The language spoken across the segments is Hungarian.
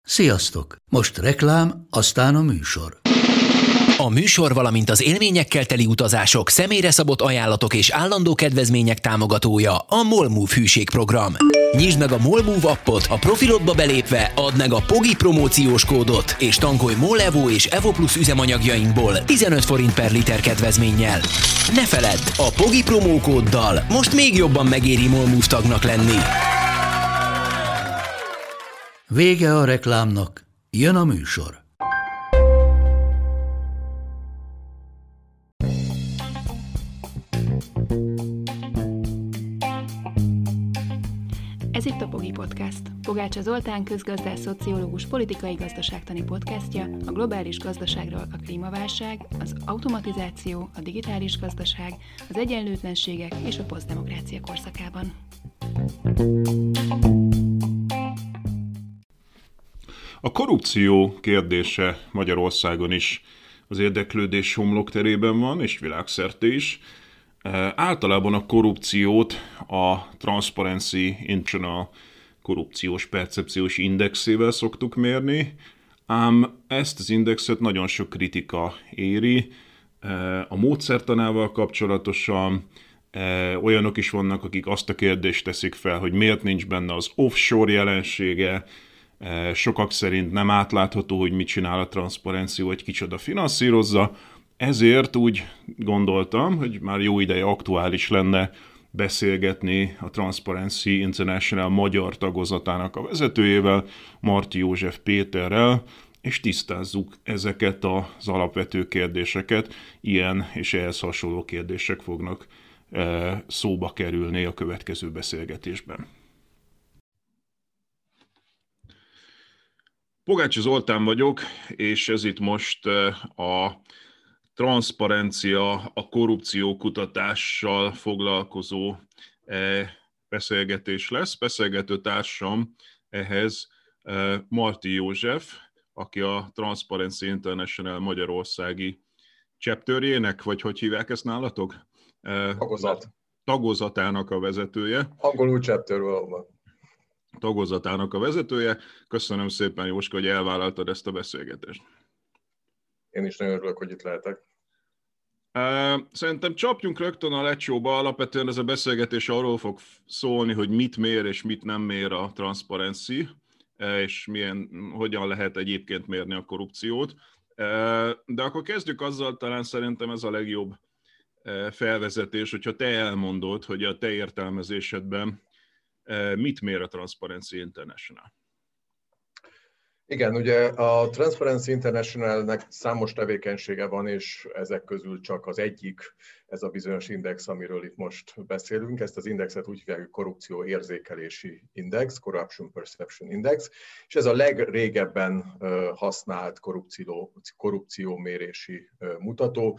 Sziasztok! Most reklám, aztán a műsor. A műsor, valamint az élményekkel teli utazások, személyre szabott ajánlatok és állandó kedvezmények támogatója a MOLMOVE hűségprogram. Nyisd meg a MOLMOVE appot, a profilodba belépve add meg a POGI promóciós kódot, és tankolj MOL Evo és Evo Plus üzemanyagjainkból 15 forint per liter kedvezménnyel. Ne feledd, a POGI promókóddal most még jobban megéri MOLMOVE tagnak lenni. Vége a reklámnak, jön a műsor. Ez itt a POGI Podcast. Pogácsa Zoltán közgazdász, szociológus, politikai gazdaságtani podcastja a globális gazdaságról a klímaválság, az automatizáció, a digitális gazdaság, az egyenlőtlenségek és a posztdemokrácia korszakában. A korrupció kérdése Magyarországon is az érdeklődés homlokterében van, és világszerte is. Általában a korrupciót a Transparency International korrupciós percepciós indexével szoktuk mérni, ám ezt az indexet nagyon sok kritika éri. A módszertanával kapcsolatosan olyanok is vannak, akik azt a kérdést teszik fel, hogy miért nincs benne az offshore jelensége. Sokak szerint nem átlátható, hogy mit csinál a transzparenció, vagy kicsoda finanszírozza. Ezért úgy gondoltam, hogy már jó ideje aktuális lenne beszélgetni a Transparency International magyar tagozatának a vezetőjével, Marti József Péterrel, és tisztázzuk ezeket az alapvető kérdéseket. Ilyen és ehhez hasonló kérdések fognak szóba kerülni a következő beszélgetésben. Pogácsa Zoltán vagyok, és ez itt most a transzparencia, a korrupció kutatással foglalkozó beszélgetés lesz. Beszélgető társam ehhez Marti József, aki a Transparency International magyarországi chapterjének, vagy hogy hívják ezt nálatok? Tagozatának a vezetője. Angolul chapter valóban. Tagozatának a vezetője. Köszönöm szépen, Jóska, hogy elvállaltad ezt a beszélgetést. Én is nagyon örülök, hogy itt lehetek. Szerintem csapjunk rögtön a lecsóba. Alapvetően ez a beszélgetés arról fog szólni, hogy mit mér és mit nem mér a Transparency, és hogyan lehet egyébként mérni a korrupciót. De akkor kezdjük azzal, talán szerintem ez a legjobb felvezetés, hogyha te elmondod, hogy a te értelmezésedben mit mér a Transparency International? Igen, ugye a Transparency Internationalnek számos tevékenysége van, és ezek közül csak az egyik, ez a bizonyos index, amiről itt most beszélünk. Ezt az indexet úgy hívják, hogy korrupció érzékelési index, Corruption Perception Index, és ez a legrégebben használt korrupciómérési mutató.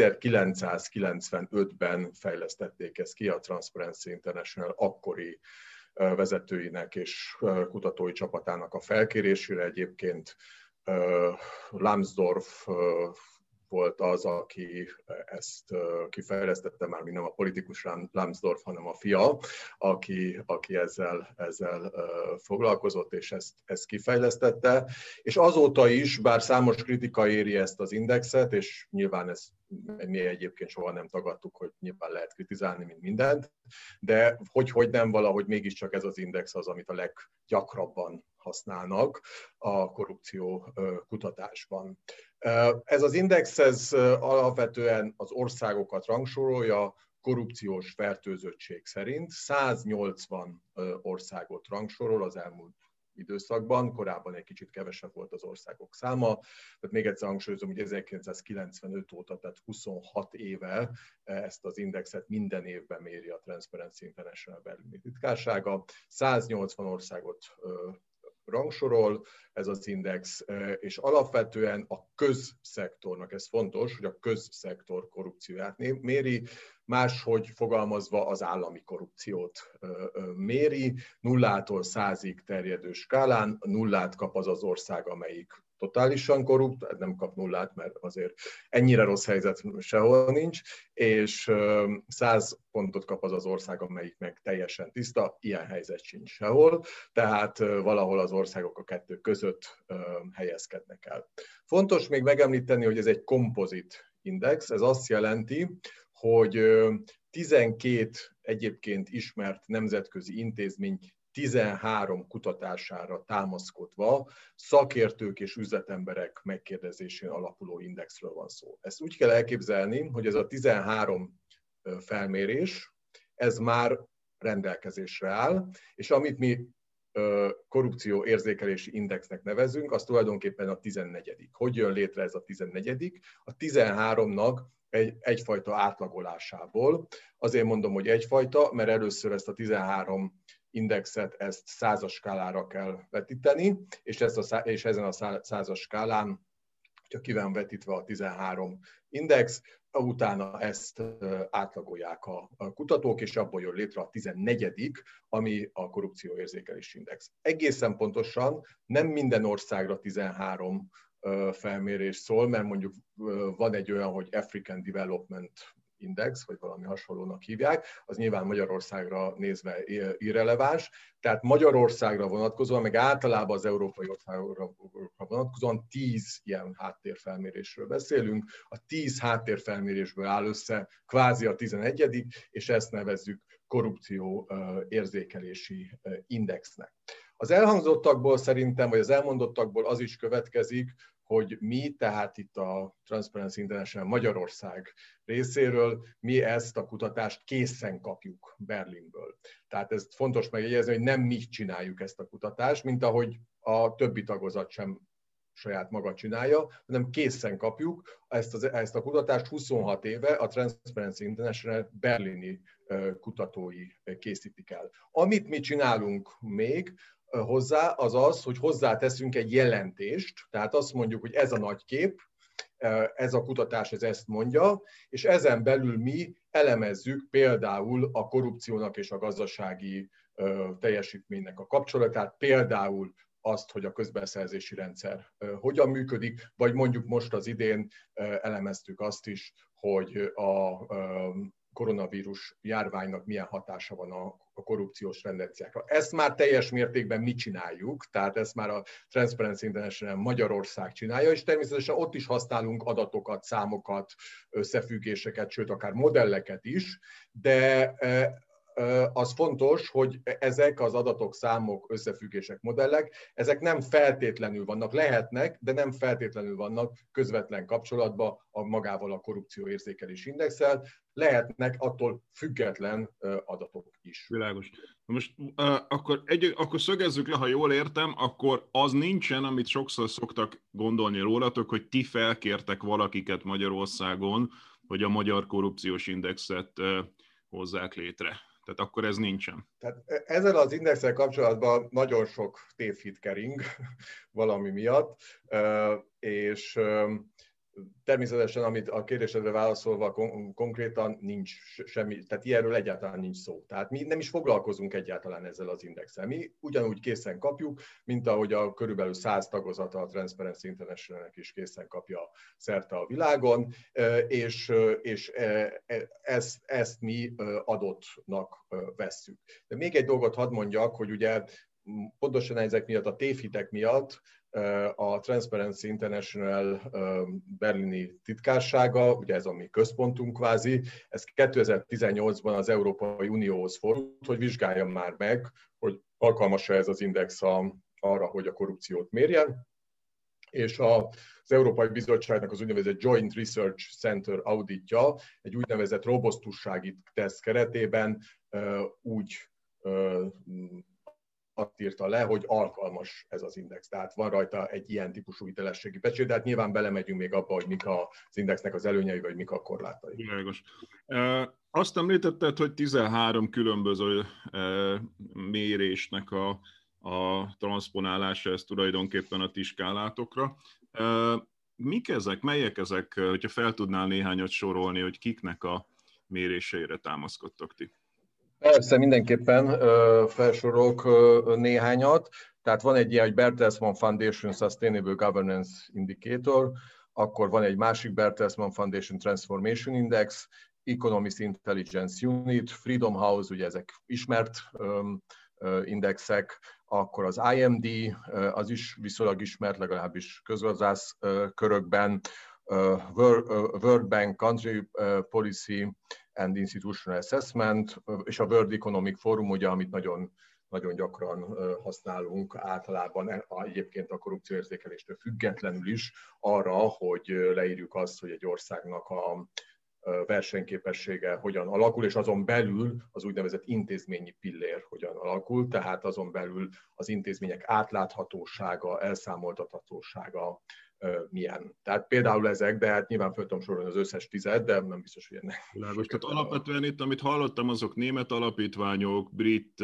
1995-ben fejlesztették ezt ki a Transparency International akkori vezetőinek és kutatói csapatának a felkérésére. Egyébként Lambsdorff volt az, aki ezt kifejlesztette, már nem a politikus Lambsdorff, hanem a fia, aki ezzel foglalkozott, és ezt kifejlesztette. És azóta is, bár számos kritika éri ezt az indexet, és nyilván mi egyébként soha nem tagadtuk, hogy nyilván lehet kritizálni, mint mindent, de hogy nem, valahogy mégiscsak ez az index az, amit a leggyakrabban használnak a korrupció kutatásban. Ez az index alapvetően az országokat rangsorolja korrupciós fertőzöttség szerint. 180 országot rangsorol az elmúlt időszakban, korábban egy kicsit kevesebb volt az országok száma. Tehát még egyszer hangsúlyozom, hogy 1995 óta, tehát 26 éve ezt az indexet minden évben méri a Transparency International berlini titkársága. 180 országot rangsorol ez az index, és alapvetően a közszektornak, ez fontos, hogy a közszektor korrupcióját méri, máshogy fogalmazva az állami korrupciót méri, 0-tól 100-ig terjedő skálán. 0-t kap az az ország, amelyik totálisan korrupt, nem kap 0-t, mert azért ennyire rossz helyzet sehol nincs, és 100 pontot kap az az ország, amelyik meg teljesen tiszta, ilyen helyzet sincs sehol, tehát valahol az országok a kettő között helyezkednek el. Fontos még megemlíteni, hogy ez egy kompozit index, ez azt jelenti, hogy 12 egyébként ismert nemzetközi intézmény 13 kutatására támaszkodva szakértők és üzletemberek megkérdezésén alapuló indexről van szó. Ezt úgy kell elképzelni, hogy ez a 13 felmérés, ez már rendelkezésre áll, és amit mi korrupció érzékelési indexnek nevezünk, az tulajdonképpen a 14. Hogy jön létre ez a 14? A 13-nak egyfajta átlagolásából. Azért mondom, hogy egyfajta, mert először ezt a 13 indexet, ezt 100-as skálára kell vetíteni, és ezen a 100-as skálán, hogyha ki van vetítve a 13 index, utána ezt átlagolják a kutatók, és abból jön létre a 14., ami a korrupcióérzékelési index. Egészen pontosan nem minden országra 13 felmérés szól, mert mondjuk van egy olyan, hogy African Development Index, vagy valami hasonlónak hívják, az nyilván Magyarországra nézve irreleváns, tehát Magyarországra vonatkozóan, meg általában az európai országokra vonatkozóan 10 ilyen háttérfelmérésről beszélünk. A 10 háttérfelmérésből áll össze kvázi a 11., és ezt nevezzük korrupció érzékelési indexnek. Az elhangzottakból szerintem, vagy az elmondottakból az is következik, hogy mi, tehát itt a Transparency International Magyarország részéről, mi ezt a kutatást készen kapjuk Berlinből. Tehát ez fontos megjegyezni, hogy nem mi csináljuk ezt a kutatást, mint ahogy a többi tagozat sem saját maga csinálja, hanem készen kapjuk ezt a kutatást 26 éve a Transparency International berlini kutatói készítik el. Amit mi csinálunk még hozzá, az az, hogy hozzáteszünk egy jelentést, tehát azt mondjuk, hogy ez a nagy kép, ez a kutatás ez ezt mondja, és ezen belül mi elemezzük például a korrupciónak és a gazdasági teljesítménynek a kapcsolatát, például azt, hogy a közbeszerzési rendszer hogyan működik, vagy mondjuk most az idén elemeztük azt is, hogy a koronavírus járványnak milyen hatása van a korrupciós tendenciákra. Ezt már teljes mértékben mi csináljuk, tehát ezt már a Transparency International Magyarország csinálja, és természetesen ott is használunk adatokat, számokat, összefüggéseket, sőt akár modelleket is, de az fontos, hogy ezek az adatok, számok, összefüggések, modellek, ezek nem feltétlenül vannak, lehetnek, de nem feltétlenül vannak közvetlen kapcsolatban magával a korrupcióérzékelési indexsel, lehetnek attól független adatok is. Világos. Most akkor szögezzük le, ha jól értem, akkor az nincsen, amit sokszor szoktak gondolni rólatok, hogy ti felkértek valakiket Magyarországon, hogy a magyar korrupciós indexet hozzák létre. Tehát akkor ez nincsen. Tehát ezzel az indexel kapcsolatban nagyon sok tévhit kering valami miatt, és természetesen, amit a kérdésedre válaszolva konkrétan nincs semmi, tehát ilyenről egyáltalán nincs szó. Tehát mi nem is foglalkozunk egyáltalán ezzel az indexel. Mi ugyanúgy készen kapjuk, mint ahogy a körülbelül 100 tagozata a Transparency Internationalnek is készen kapja szerte a világon, és ezt mi adottnak vesszük. De még egy dolgot hadd mondjak, hogy ugye pontosan ezek miatt, a tévhitek miatt a Transparency International berlini titkársága, ugye ez a mi központunk kvázi, ez 2018-ban az Európai Unióhoz fordult, hogy vizsgálja már meg, hogy alkalmas-e ez az index arra, hogy a korrupciót mérjen, és az Európai Bizottságnak az úgynevezett Joint Research Center auditja egy úgynevezett robosztussági teszt keretében úgy azt írta le, hogy alkalmas ez az index. Tehát van rajta egy ilyen típusú hitelességi pecsét, de hát nyilván belemegyünk még abba, hogy mik az indexnek az előnyei, vagy mik a korlátai. Világos. Azt említetted, hogy 13 különböző mérésnek a transponálása, ez tulajdonképpen a ti skálátokra. Mik ezek, melyek ezek, hogyha fel tudnál néhányat sorolni, hogy kiknek méréseire támaszkodtak ti? Persze, mindenképpen felsorolok néhányat. Tehát van egy ilyen, hogy Bertelsmann Foundation Sustainable Governance Indicator, akkor van egy másik Bertelsmann Foundation Transformation Index, Economist Intelligence Unit, Freedom House, ugye ezek ismert indexek, akkor az IMD, az is viszonylag ismert, legalábbis közgazdász körökben, World Bank Country Policy and Institutional Assessment, és a World Economic Forum, ugye, amit nagyon, nagyon gyakran használunk általában egyébként a korrupcióérzékeléstől függetlenül is arra, hogy leírjuk azt, hogy egy országnak a versenyképessége hogyan alakul, és azon belül az úgynevezett intézményi pillér hogyan alakul, tehát azon belül az intézmények átláthatósága, elszámoltathatósága milyen. Tehát például ezek, de hát nyilván föl tudom sorolni az összes 10, de nem biztos, hogy ennek. Világos. Tehát alapvetően itt, amit hallottam, azok német alapítványok, brit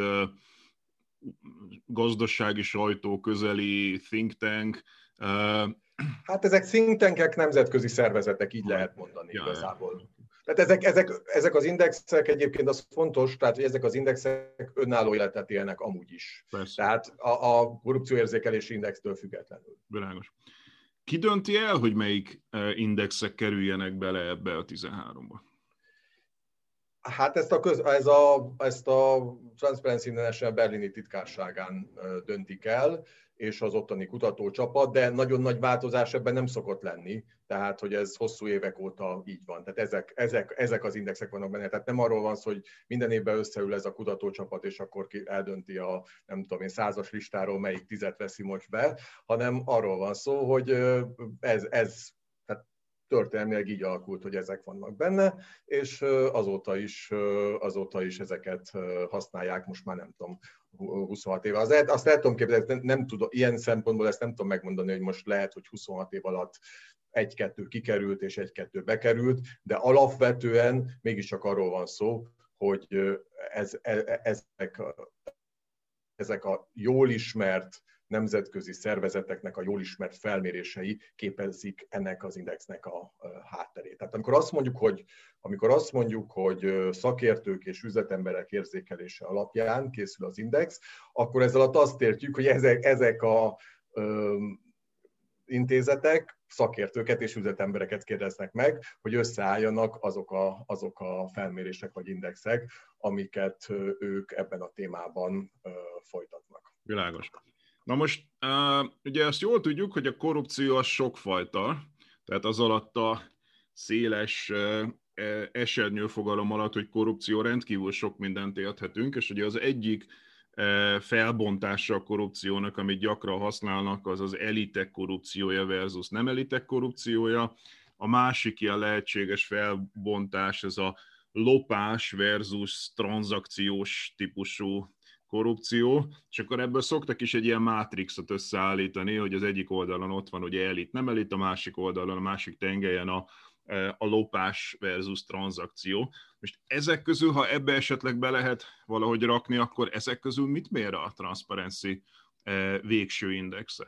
gazdasági sajtó közeli think tank. Hát ezek think tankek, nemzetközi szervezetek, így lehet mondani igazából. Tehát ezek az indexek egyébként az fontos, tehát hogy ezek az indexek önálló életet élnek amúgy is. Persze. Tehát a korrupcióérzékelési indextől függetlenül. Világos. Ki dönti el, hogy melyik indexek kerüljenek bele ebbe a 13-ba? Hát ezt a Transparency International berlini titkárságán döntik el, és az ottani kutatócsapat, de nagyon nagy változás ebben nem szokott lenni, tehát hogy ez hosszú évek óta így van. Tehát ezek az indexek vannak benne, tehát nem arról van szó, hogy minden évben összeül ez a kutatócsapat, és akkor eldönti a, nem tudom én, 100-as listáról melyik 10-et veszi most be, hanem arról van szó, hogy ez történelmileg így alakult, hogy ezek vannak benne, és azóta is ezeket használják, most már nem tudom, 26 éve. Azt el tudom képzelni, nem tudom, ilyen szempontból ezt nem tudom megmondani, hogy most lehet, hogy 26 év alatt 1-2 kikerült és 1-2 bekerült, de alapvetően mégiscsak arról van szó, hogy ezek a jól ismert nemzetközi szervezeteknek a jól ismert felmérései képezik ennek az indexnek a hátterét. Tehát amikor azt mondjuk, hogy szakértők és üzletemberek érzékelése alapján készül az index, akkor ezzel alatt azt értjük, hogy ezek a intézetek szakértőket és üzletembereket kérdeznek meg, hogy összeálljanak azok a felmérések vagy indexek, amiket ők ebben a témában folytatnak. Világos. Na most, ugye azt jól tudjuk, hogy a korrupció az sokfajta, tehát az alatt a széles esernyőfogalom alatt, hogy korrupció rendkívül sok mindent érthetünk, és ugye az egyik felbontása a korrupciónak, amit gyakran használnak, az az elitek korrupciója versus nem elitek korrupciója. A másik ilyen lehetséges felbontás, ez a lopás versus tranzakciós típusú korrupció, és akkor ebből szoktak is egy ilyen mátrixot összeállítani, hogy az egyik oldalon ott van ugye elit, nem elit, a másik oldalon, a másik tengelyen a lopás versus tranzakció. Most ezek közül, ha ebbe esetleg be lehet valahogy rakni, akkor ezek közül mit mér a Transparency végső indexe?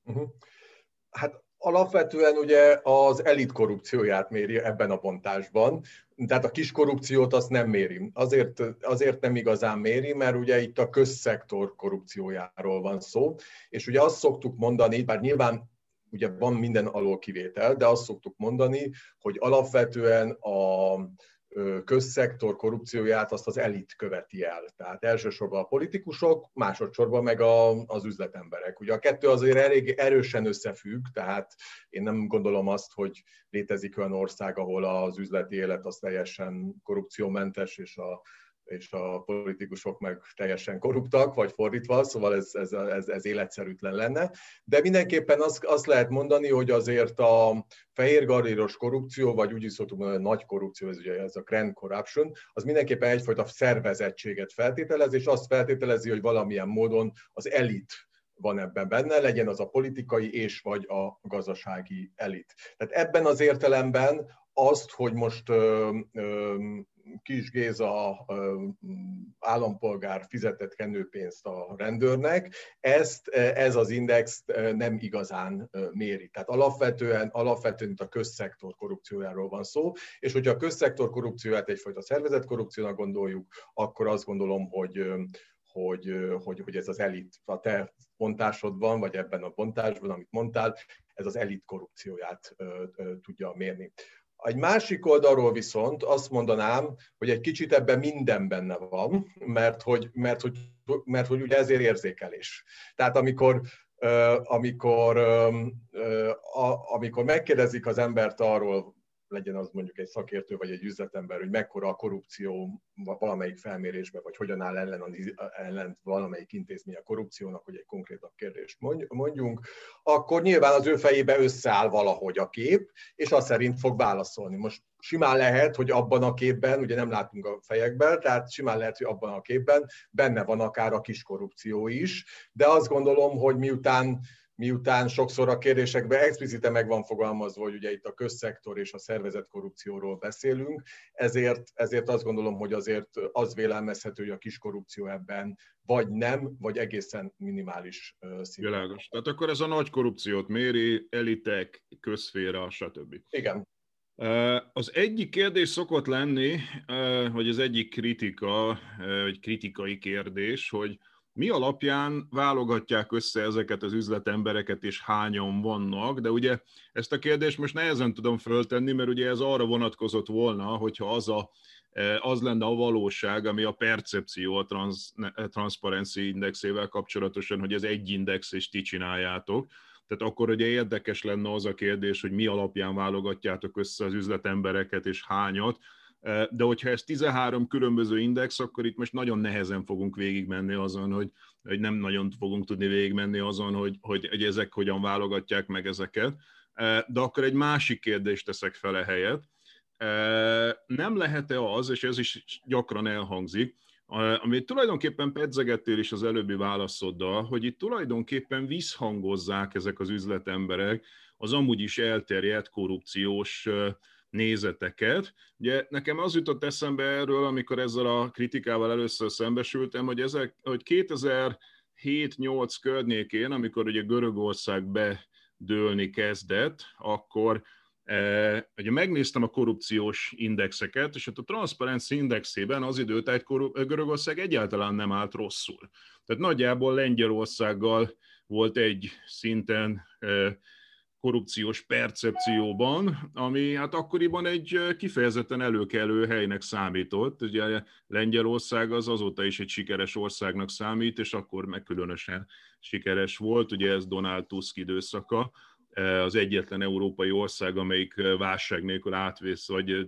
Hát alapvetően ugye az elit korrupcióját méri ebben a bontásban, tehát a kis korrupciót azt nem méri. Azért nem igazán méri, mert ugye itt a közszektor korrupciójáról van szó, és ugye azt szoktuk mondani, bár nyilván ugye van minden alól kivétel, de azt szoktuk mondani, hogy alapvetően a közszektor korrupcióját azt az elit követi el. Tehát elsősorban a politikusok, másodszorban meg az üzletemberek. Ugye a kettő azért elég erősen összefügg, tehát én nem gondolom azt, hogy létezik olyan ország, ahol az üzleti élet az teljesen korrupciómentes, és a politikusok meg teljesen korruptak, vagy fordítva, szóval ez életszerűtlen lenne. De mindenképpen azt lehet mondani, hogy azért a fehérgardéros korrupció, vagy úgy is szoktuk mondani, a nagy korrupció, ez a grand corruption, az mindenképpen egyfajta szervezettséget feltételez, és azt feltételezi, hogy valamilyen módon az elit van ebben benne, legyen az a politikai és vagy a gazdasági elit. Tehát ebben az értelemben azt, hogy most Kis Géza állampolgár fizetett kenőpénzt a rendőrnek, ez az index nem igazán méri. Tehát alapvetően a közszektor korrupciójáról van szó, és hogyha a közszektor korrupcióját egyfajta szervezett korrupciónak gondoljuk, akkor azt gondolom, hogy ez az elit, a te bontásodban, vagy ebben a bontásban, amit mondtál, ez az elit korrupcióját tudja mérni. Egy másik oldalról viszont azt mondanám, hogy egy kicsit ebben minden benne van, mert hogy ugye ezért érzékelés. Tehát amikor megkérdezik az embert arról, legyen az mondjuk egy szakértő vagy egy üzletember, hogy mekkora a korrupció valamelyik felmérésben, vagy hogyan áll ellen valamelyik intézmény a korrupciónak, hogy egy konkrétabb kérdést mondjunk, akkor nyilván az ő fejébe összeáll valahogy a kép, és azt szerint fog válaszolni. Most simán lehet, hogy abban a képben, ugye nem látunk a fejekben, tehát simán lehet, hogy abban a képben benne van akár a kis korrupció is, de azt gondolom, hogy miután sokszor a kérdésekben explicite meg van fogalmazva, hogy ugye itt a közszektor és a szervezett korrupcióról beszélünk, ezért azt gondolom, hogy azért az vélelmezhető, hogy a kis korrupció ebben vagy nem, vagy egészen minimális szinten. Világos. Tehát akkor ez a nagy korrupciót méri, elitek, közszféra, stb. Igen. Az egyik kérdés szokott lenni, hogy az egyik kritika, vagy kritikai kérdés, hogy mi alapján válogatják össze ezeket az üzletembereket, és hányan vannak, de ugye ezt a kérdést most nehezen tudom föltenni, mert ugye ez arra vonatkozott volna, hogyha az lenne a valóság, ami a percepció a Transparency Indexével kapcsolatosan, hogy ez egy index, és ti csináljátok. Tehát akkor ugye érdekes lenne az a kérdés, hogy mi alapján válogatjátok össze az üzletembereket, és hányat. De hogyha ez 13 különböző index, akkor itt most nagyon nehezen fogunk végigmenni azon, hogy nem nagyon fogunk tudni végigmenni azon, hogy ezek hogyan válogatják meg ezeket. De akkor egy másik kérdést teszek fel helyett. Nem lehet-e az, és ez is gyakran elhangzik, amit tulajdonképpen pedzegettél is az előbbi válaszoddal, hogy itt tulajdonképpen visszhangozzák ezek az üzletemberek az amúgy is elterjedt korrupciós nézeteket. Ugye nekem az jutott eszembe erről, amikor ezzel a kritikával először szembesültem, hogy 2007-8 környékén, amikor ugye Görögország bedőlni kezdett, akkor ugye megnéztem a korrupciós indexeket, és hát a Transparency Indexében az időtájt Görögország egyáltalán nem állt rosszul. Tehát nagyjából Lengyelországgal volt egy szinten korrupciós percepcióban, ami hát akkoriban egy kifejezetten előkelő helynek számított. Ugye Lengyelország az azóta is egy sikeres országnak számít, és akkor meg különösen sikeres volt. Ugye ez Donald Tusk időszaka, az egyetlen európai ország, amelyik válság nélkül vagy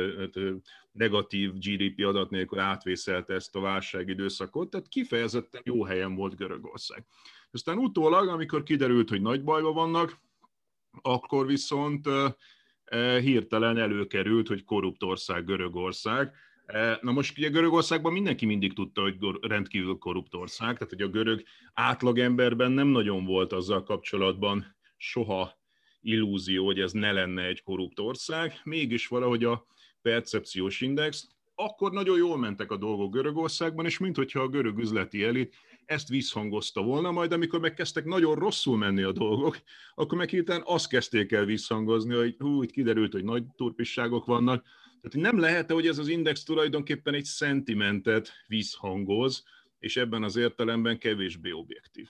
negatív GDP adat nélkül átvészelte ezt a válságidőszakot, tehát kifejezetten jó helyen volt Görögország. Aztán utólag, amikor kiderült, hogy nagy bajban vannak, akkor viszont hirtelen előkerült, hogy korrupt ország Görögország. Na most ugye Görögországban mindenki mindig tudta, hogy rendkívül korrupt ország, tehát hogy a görög átlagemberben nem nagyon volt azzal kapcsolatban soha illúzió, hogy ez ne lenne egy korrupt ország, mégis valahogy a percepciós index, akkor nagyon jól mentek a dolgok Görögországban, és minthogyha a görög üzleti elit ezt visszhangozta volna, majd amikor megkezdtek nagyon rosszul menni a dolgok, akkor meg hirtelen azt kezdték el visszhangozni, hogy itt kiderült, hogy nagy turpisságok vannak. Tehát nem lehet, hogy ez az index tulajdonképpen egy szentimentet visszhangoz, és ebben az értelemben kevésbé objektív.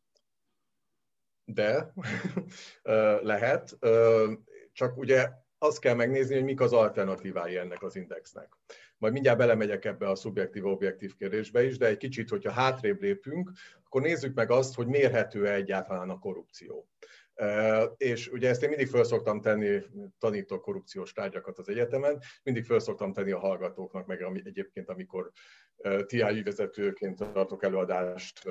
De lehet, csak ugye azt kell megnézni, hogy mik az alternatívái ennek az indexnek. Majd mindjárt belemegyek ebbe a szubjektív-objektív kérdésbe is, de egy kicsit, hogyha hátrébb lépünk, akkor nézzük meg azt, hogy mérhető-e egyáltalán a korrupció. És ugye ezt én mindig föl szoktam tenni, tanítok korrupciós tárgyakat az egyetemen, mindig föl szoktam tenni a hallgatóknak, meg egyébként amikor TI vezetőként tartok előadást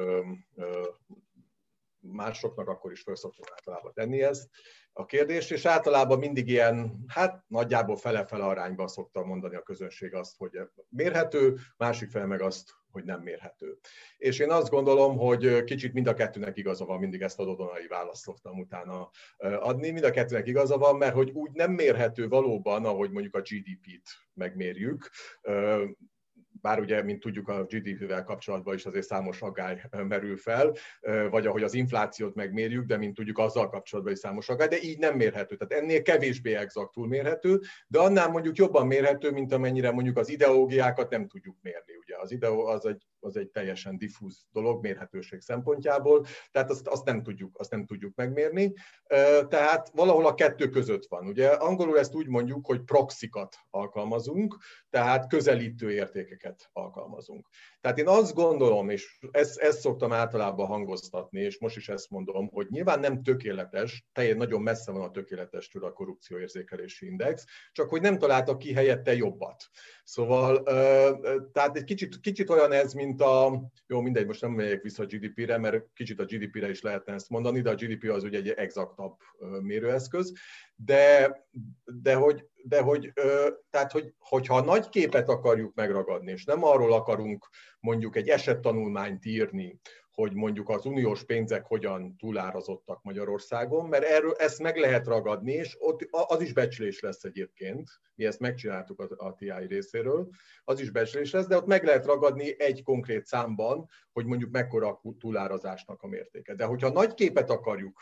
másoknak, akkor is föl szoktam általában tenni ezt a kérdést, és általában mindig ilyen, hát nagyjából fele-fele arányban szoktam mondani a közönség azt, hogy mérhető, másik fel meg azt hogy nem mérhető. És én azt gondolom, hogy kicsit mind a kettőnek igaza van, mindig ezt a dodonai választ szoktam utána adni, mind a kettőnek igaza van, mert hogy úgy nem mérhető valóban, ahogy mondjuk a GDP-t megmérjük, bár ugye, mint tudjuk, a GDP-vel kapcsolatban is azért számos aggály merül fel, vagy ahogy az inflációt megmérjük, de mint tudjuk, azzal kapcsolatban is számos aggály, de így nem mérhető. Tehát ennél kevésbé exaktul mérhető, de annál mondjuk jobban mérhető, mint amennyire mondjuk az ideológiákat nem tudjuk mérni. Ugye az ideó az egy teljesen diffúz dolog mérhetőség szempontjából, tehát azt nem tudjuk megmérni. Tehát valahol a kettő között van. Ugye angolul ezt úgy mondjuk, hogy proxikat alkalmazunk, tehát közelítő értékeket alkalmazunk. Tehát én azt gondolom, és ezt szoktam általában hangoztatni, és most is ezt mondom, hogy nyilván nem tökéletes, nagyon messze van a tökéletestől a korrupcióérzékelési index, csak hogy nem találtak ki helyette jobbat. Szóval, tehát egy kicsit olyan ez, mint jó, mindegy, most nem megyek vissza a GDP-re, mert kicsit a GDP-re is lehetne ezt mondani, de a GDP az ugye egy exaktabb mérőeszköz, hogyha a nagy képet akarjuk megragadni, és nem arról akarunk mondjuk egy esettanulmányt írni, hogy mondjuk az uniós pénzek hogyan túlárazottak Magyarországon, mert ezt meg lehet ragadni, és ott az is becslés lesz egyébként, mi ezt megcsináltuk a TI részéről, az is becslés lesz, de ott meg lehet ragadni egy konkrét számban, hogy mondjuk mekkora a túlárazásnak a mértéke. De hogyha nagy képet akarjuk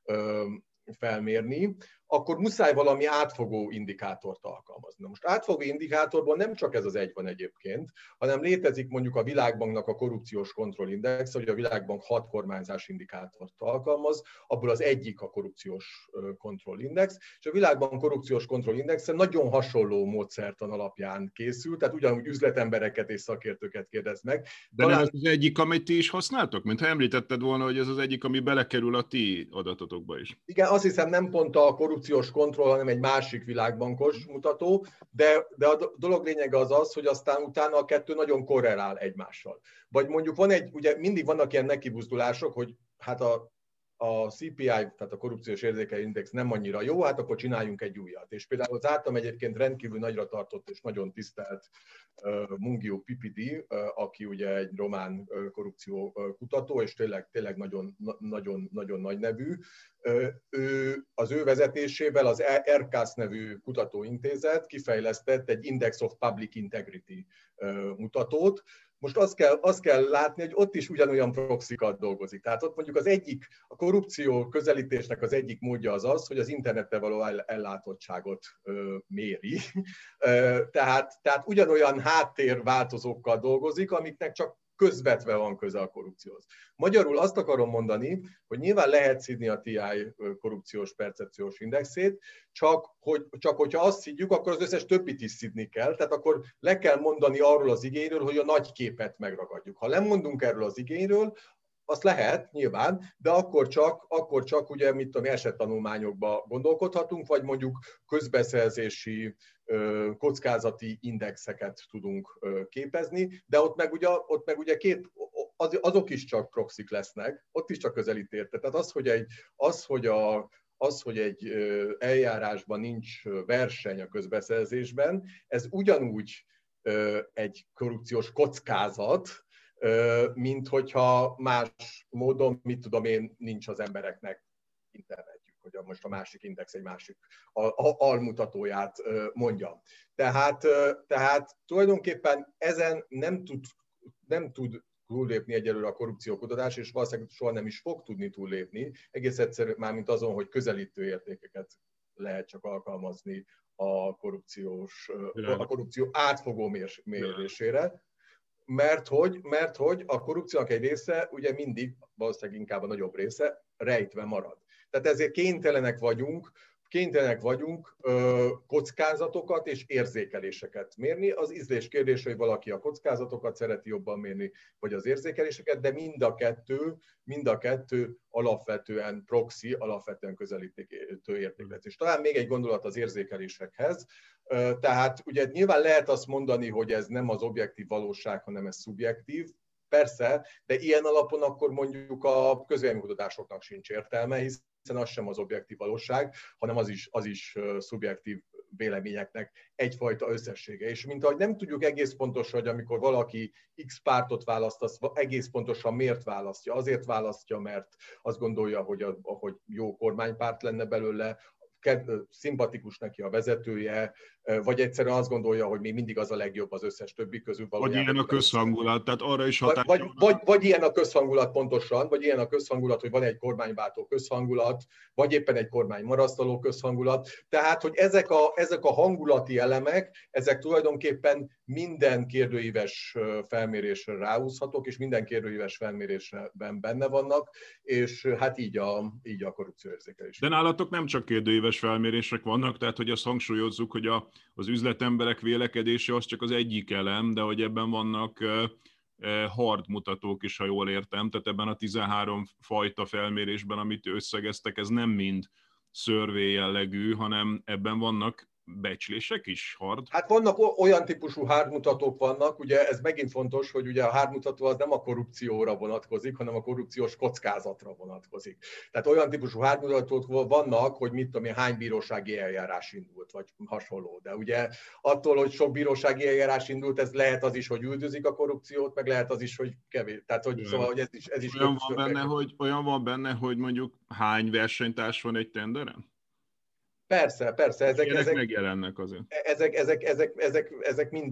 felmérni, akkor muszáj valami átfogó indikátort alkalmazni. Na most átfogó indikátorban nem csak ez az egy van egyébként, hanem létezik mondjuk a Világbanknak a korrupciós kontrollindex, hogy a Világbank 6 kormányzási indikátort alkalmaz, abból az egyik a korrupciós kontrollindex, és a Világbank korrupciós kontrollindexe nagyon hasonló módszertan alapján készült, tehát ugyanúgy üzletembereket és szakértőket kérdez meg. De nem ez az egyik, amit ti is használtok? Mintha említetted volna, hogy ez az egyik, ami belekerül a ti adatotokba is. Igen, azt hiszem nem pont a korrupciós kontroll, hanem egy másik világbankos mutató, de a dolog lényege az, hogy aztán utána a kettő nagyon korrelál egymással. Vagy mondjuk ugye mindig vannak ilyen nekibuzdulások, hogy hát a CPI, tehát a korrupciós érzékelő index nem annyira jó, hát akkor csináljunk egy újat. És például az általam egyébként rendkívül nagyra tartott és nagyon tisztelt Mungiu Pipidi, aki ugye egy román korrupció kutató, és tényleg nagyon nagy nevű. Az ő vezetésével az ERCAS nevű kutatóintézet kifejlesztett egy Index of Public Integrity mutatót. Most azt kell látni, hogy ott is ugyanolyan proxikat dolgozik. Tehát ott mondjuk a korrupció közelítésnek az egyik módja az, hogy az internettel való ellátottságot méri. Tehát ugyanolyan háttérváltozókkal dolgozik, amiknek csak közvetve van köze a korrupcióhoz. Magyarul azt akarom mondani, hogy nyilván lehet szidni a TI korrupciós percepciós indexét, csak hogyha azt szidjuk, akkor az összes többit is szidni kell, tehát akkor le kell mondani arról az igényről, hogy a nagy képet megragadjuk. Ha nem mondunk erről az igényről, azt lehet, nyilván, de akkor csak ugye, mit tudom, esettanulmányokba gondolkodhatunk, vagy mondjuk közbeszerzési kockázati indexeket tudunk képezni, de ott meg ugye azok is csak proxik lesznek, ott is csak közelítő. Tehát az, hogy egy eljárásban nincs verseny a közbeszerzésben, ez ugyanúgy egy korrupciós kockázat, mint hogyha más módon, mit tudom én, nincs az embereknek internetjük, hogy most a másik index egy másik almutatóját mondjam. Tehát tulajdonképpen ezen nem tud túllépni egyelőre a korrupciókutatás, és valószínűleg soha nem is fog tudni túllépni. Egész egyszerűen mármint azon, hogy közelítő értékeket lehet csak alkalmazni a korrupció átfogó mérésére. Mert hogy a korrupciónak egy része, ugye mindig, valószínűleg inkább a nagyobb része, rejtve marad. Tehát ezért kénytelenek vagyunk kockázatokat és érzékeléseket mérni. Az ízlés kérdése, hogy valaki a kockázatokat szereti jobban mérni, vagy az érzékeléseket, de mind a kettő alapvetően proxy, alapvetően közelítő értéklet. És talán még egy gondolat az érzékelésekhez. Tehát ugye nyilván lehet azt mondani, hogy ez nem az objektív valóság, hanem ez szubjektív. Persze, de ilyen alapon akkor mondjuk a közvéleménykutatásoknak sincs értelme, hiszen az sem az objektív valóság, hanem az is szubjektív véleményeknek egyfajta összessége. És mint ahogy nem tudjuk egész pontosan, hogy amikor valaki X pártot választ, az egész pontosan miért választja. Azért választja, mert azt gondolja, hogy jó kormánypárt lenne belőle, szimpatikus neki a vezetője, vagy egyszerűen azt gondolja, hogy még mindig az a legjobb az összes többi közül. Vagy ilyen a közhangulat, tehát arra is vagy ilyen a közhangulat pontosan, vagy ilyen a közhangulat, hogy van egy kormányváltó közhangulat, vagy éppen egy kormány marasztaló közhangulat. Tehát, hogy ezek a hangulati elemek, ezek tulajdonképpen minden kérdőíves felmérésre ráhúzhatók, és minden kérdőíves felmérésben benne vannak, és hát így a korrupcióérzékelés. De nálatok nem csak kérdőíves felmérések vannak, tehát hogy azt hangsúlyozzuk, hogy az üzletemberek vélekedése az csak az egyik elem, de hogy ebben vannak hard mutatók is, ha jól értem, tehát ebben a 13 fajta felmérésben, amit összegeztek, ez nem mind survey jellegű, hanem ebben vannak becslések is, hard? Hát vannak olyan típusú hard mutatók vannak, ugye ez megint fontos, hogy ugye a hard mutató az nem a korrupcióra vonatkozik, hanem a korrupciós kockázatra vonatkozik. Tehát olyan típusú hard mutatók vannak, hogy mit tudom én, hány bírósági eljárás indult, vagy hasonló. De ugye attól, hogy sok bírósági eljárás indult, ez lehet az is, hogy üldözik a korrupciót, meg lehet az is, hogy kevés. Tehát, hogy szóval, hogy ez is olyan van benne, hogy mondjuk hány versenytárs van egy tenderen? Persze, ezek megjelennek azért. Ezek mind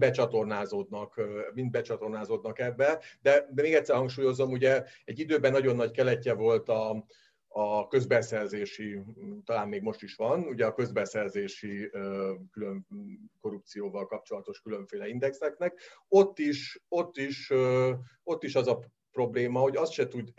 becsatornázódnak ebbe, de még egyszer hangsúlyozom, ugye egy időben nagyon nagy keletje volt a közbeszerzési, talán még most is van, ugye a közbeszerzési külön korrupcióval kapcsolatos különféle indexeknek. Ott is az a probléma, hogy azt se tudja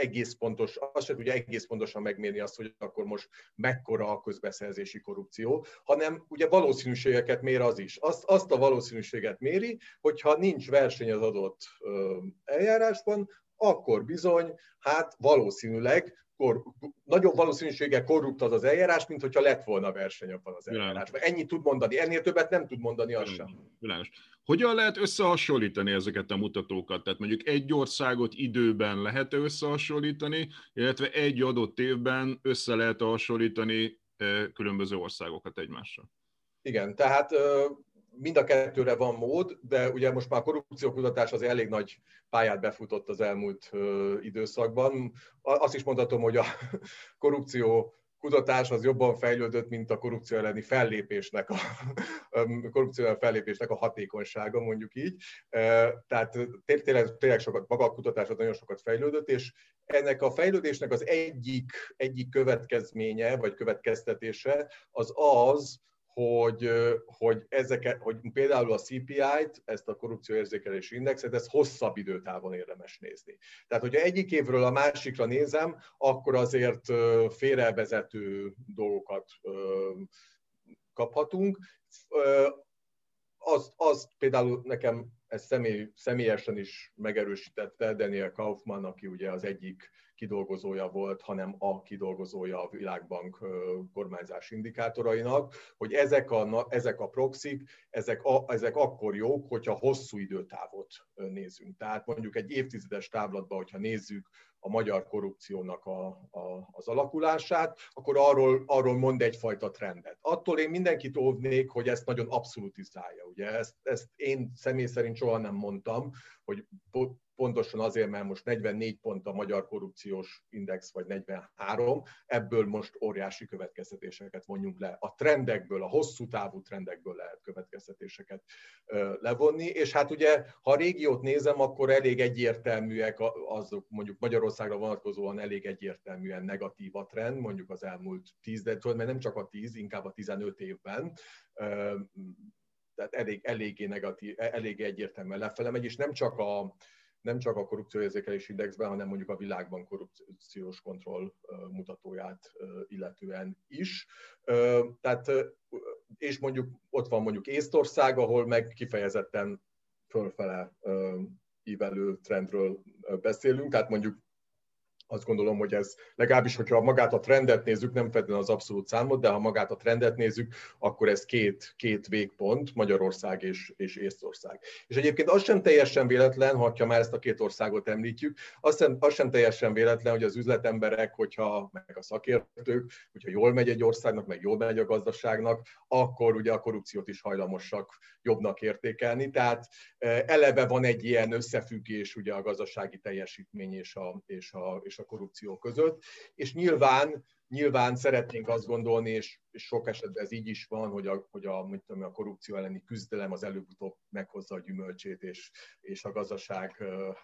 egész pontosan megmérni azt, hogy akkor most mekkora a közbeszerzési korrupció, hanem ugye valószínűségeket mér az is. Azt a valószínűséget méri, hogyha nincs verseny az adott eljárásban, akkor bizony, hát valószínűleg nagyobb valószínűséggel korrupt az eljárás, mint hogyha lett volna verseny abban az eljárásban. Ennyit tud mondani, ennél többet nem tud mondani az sem. Világos. Hogyan lehet összehasonlítani ezeket a mutatókat? Tehát mondjuk egy országot időben lehet összehasonlítani, illetve egy adott évben össze lehet hasonlítani különböző országokat egymással? Igen, tehát mind a kettőre van mód, de ugye most már a korrupciókutatás az elég nagy pályát befutott az elmúlt időszakban. Azt is mondhatom, hogy a korrupciókutatás az jobban fejlődött, mint a korrupció elleni fellépésnek a hatékonysága, mondjuk így. Tehát tényleg sokat, maga a kutatás az nagyon sokat fejlődött, és ennek a fejlődésnek az egyik következménye, vagy következtetése az, hogy például a CPI-t, ezt a korrupcióérzékelési indexet, ezt hosszabb időtávon érdemes nézni. Tehát, hogyha egyik évről a másikra nézem, akkor azért félrevezető dolgokat kaphatunk. Azt például nekem ezt személyesen is megerősítette Daniel Kaufman, aki ugye az egyik kidolgozója volt, hanem a kidolgozója a Világbank kormányzás indikátorainak, hogy ezek a proxik, ezek akkor jók, hogyha hosszú időtávot nézünk. Tehát mondjuk egy évtizedes távlatban, hogyha nézzük a magyar korrupciónak az alakulását, akkor arról mond egyfajta trendet. Attól én mindenkit óvnék, hogy ezt nagyon abszolutizálja. Ugye ezt én személy szerint soha nem mondtam, hogy pontosan azért, mert most 44 pont a magyar korrupciós index, vagy 43, ebből most óriási következtetéseket vonjunk le. A trendekből, a hosszú távú trendekből lehet következtetéseket levonni, és hát ugye, ha a régiót nézem, akkor elég egyértelműek, azok mondjuk Magyarországra vonatkozóan elég egyértelműen negatív a trend, mondjuk az elmúlt 10, de mert nem csak a 10, inkább a 15 évben, tehát eléggé negatív, eléggé egyértelműen lefele megy, és nem csak a korrupcióérzékelési indexben, hanem mondjuk a Világbank korrupciós kontroll mutatóját illetően is. Tehát, és mondjuk ott van mondjuk Észtország, ahol meg kifejezetten fölfele ívelő trendről beszélünk, tehát mondjuk Azt gondolom, hogy ez legalábbis, hogyha magát a trendet nézzük, nem feltétlenül az abszolút számot, de ha magát a trendet nézzük, akkor ez két végpont, Magyarország és Észtország. És egyébként az sem teljesen véletlen, ha már ezt a két országot említjük, az sem teljesen véletlen, hogy az üzletemberek, meg a szakértők, hogyha jól megy egy országnak, meg jól megy a gazdaságnak, akkor ugye a korrupciót is hajlamosak jobbnak értékelni. Tehát eleve van egy ilyen összefüggés ugye a gazdasági teljesítmény és a korrupció között, és nyilván szeretnénk azt gondolni, és sok esetben ez így is van, hogy a korrupció elleni küzdelem az előbb-utóbb meghozza a gyümölcsét, és a gazdaság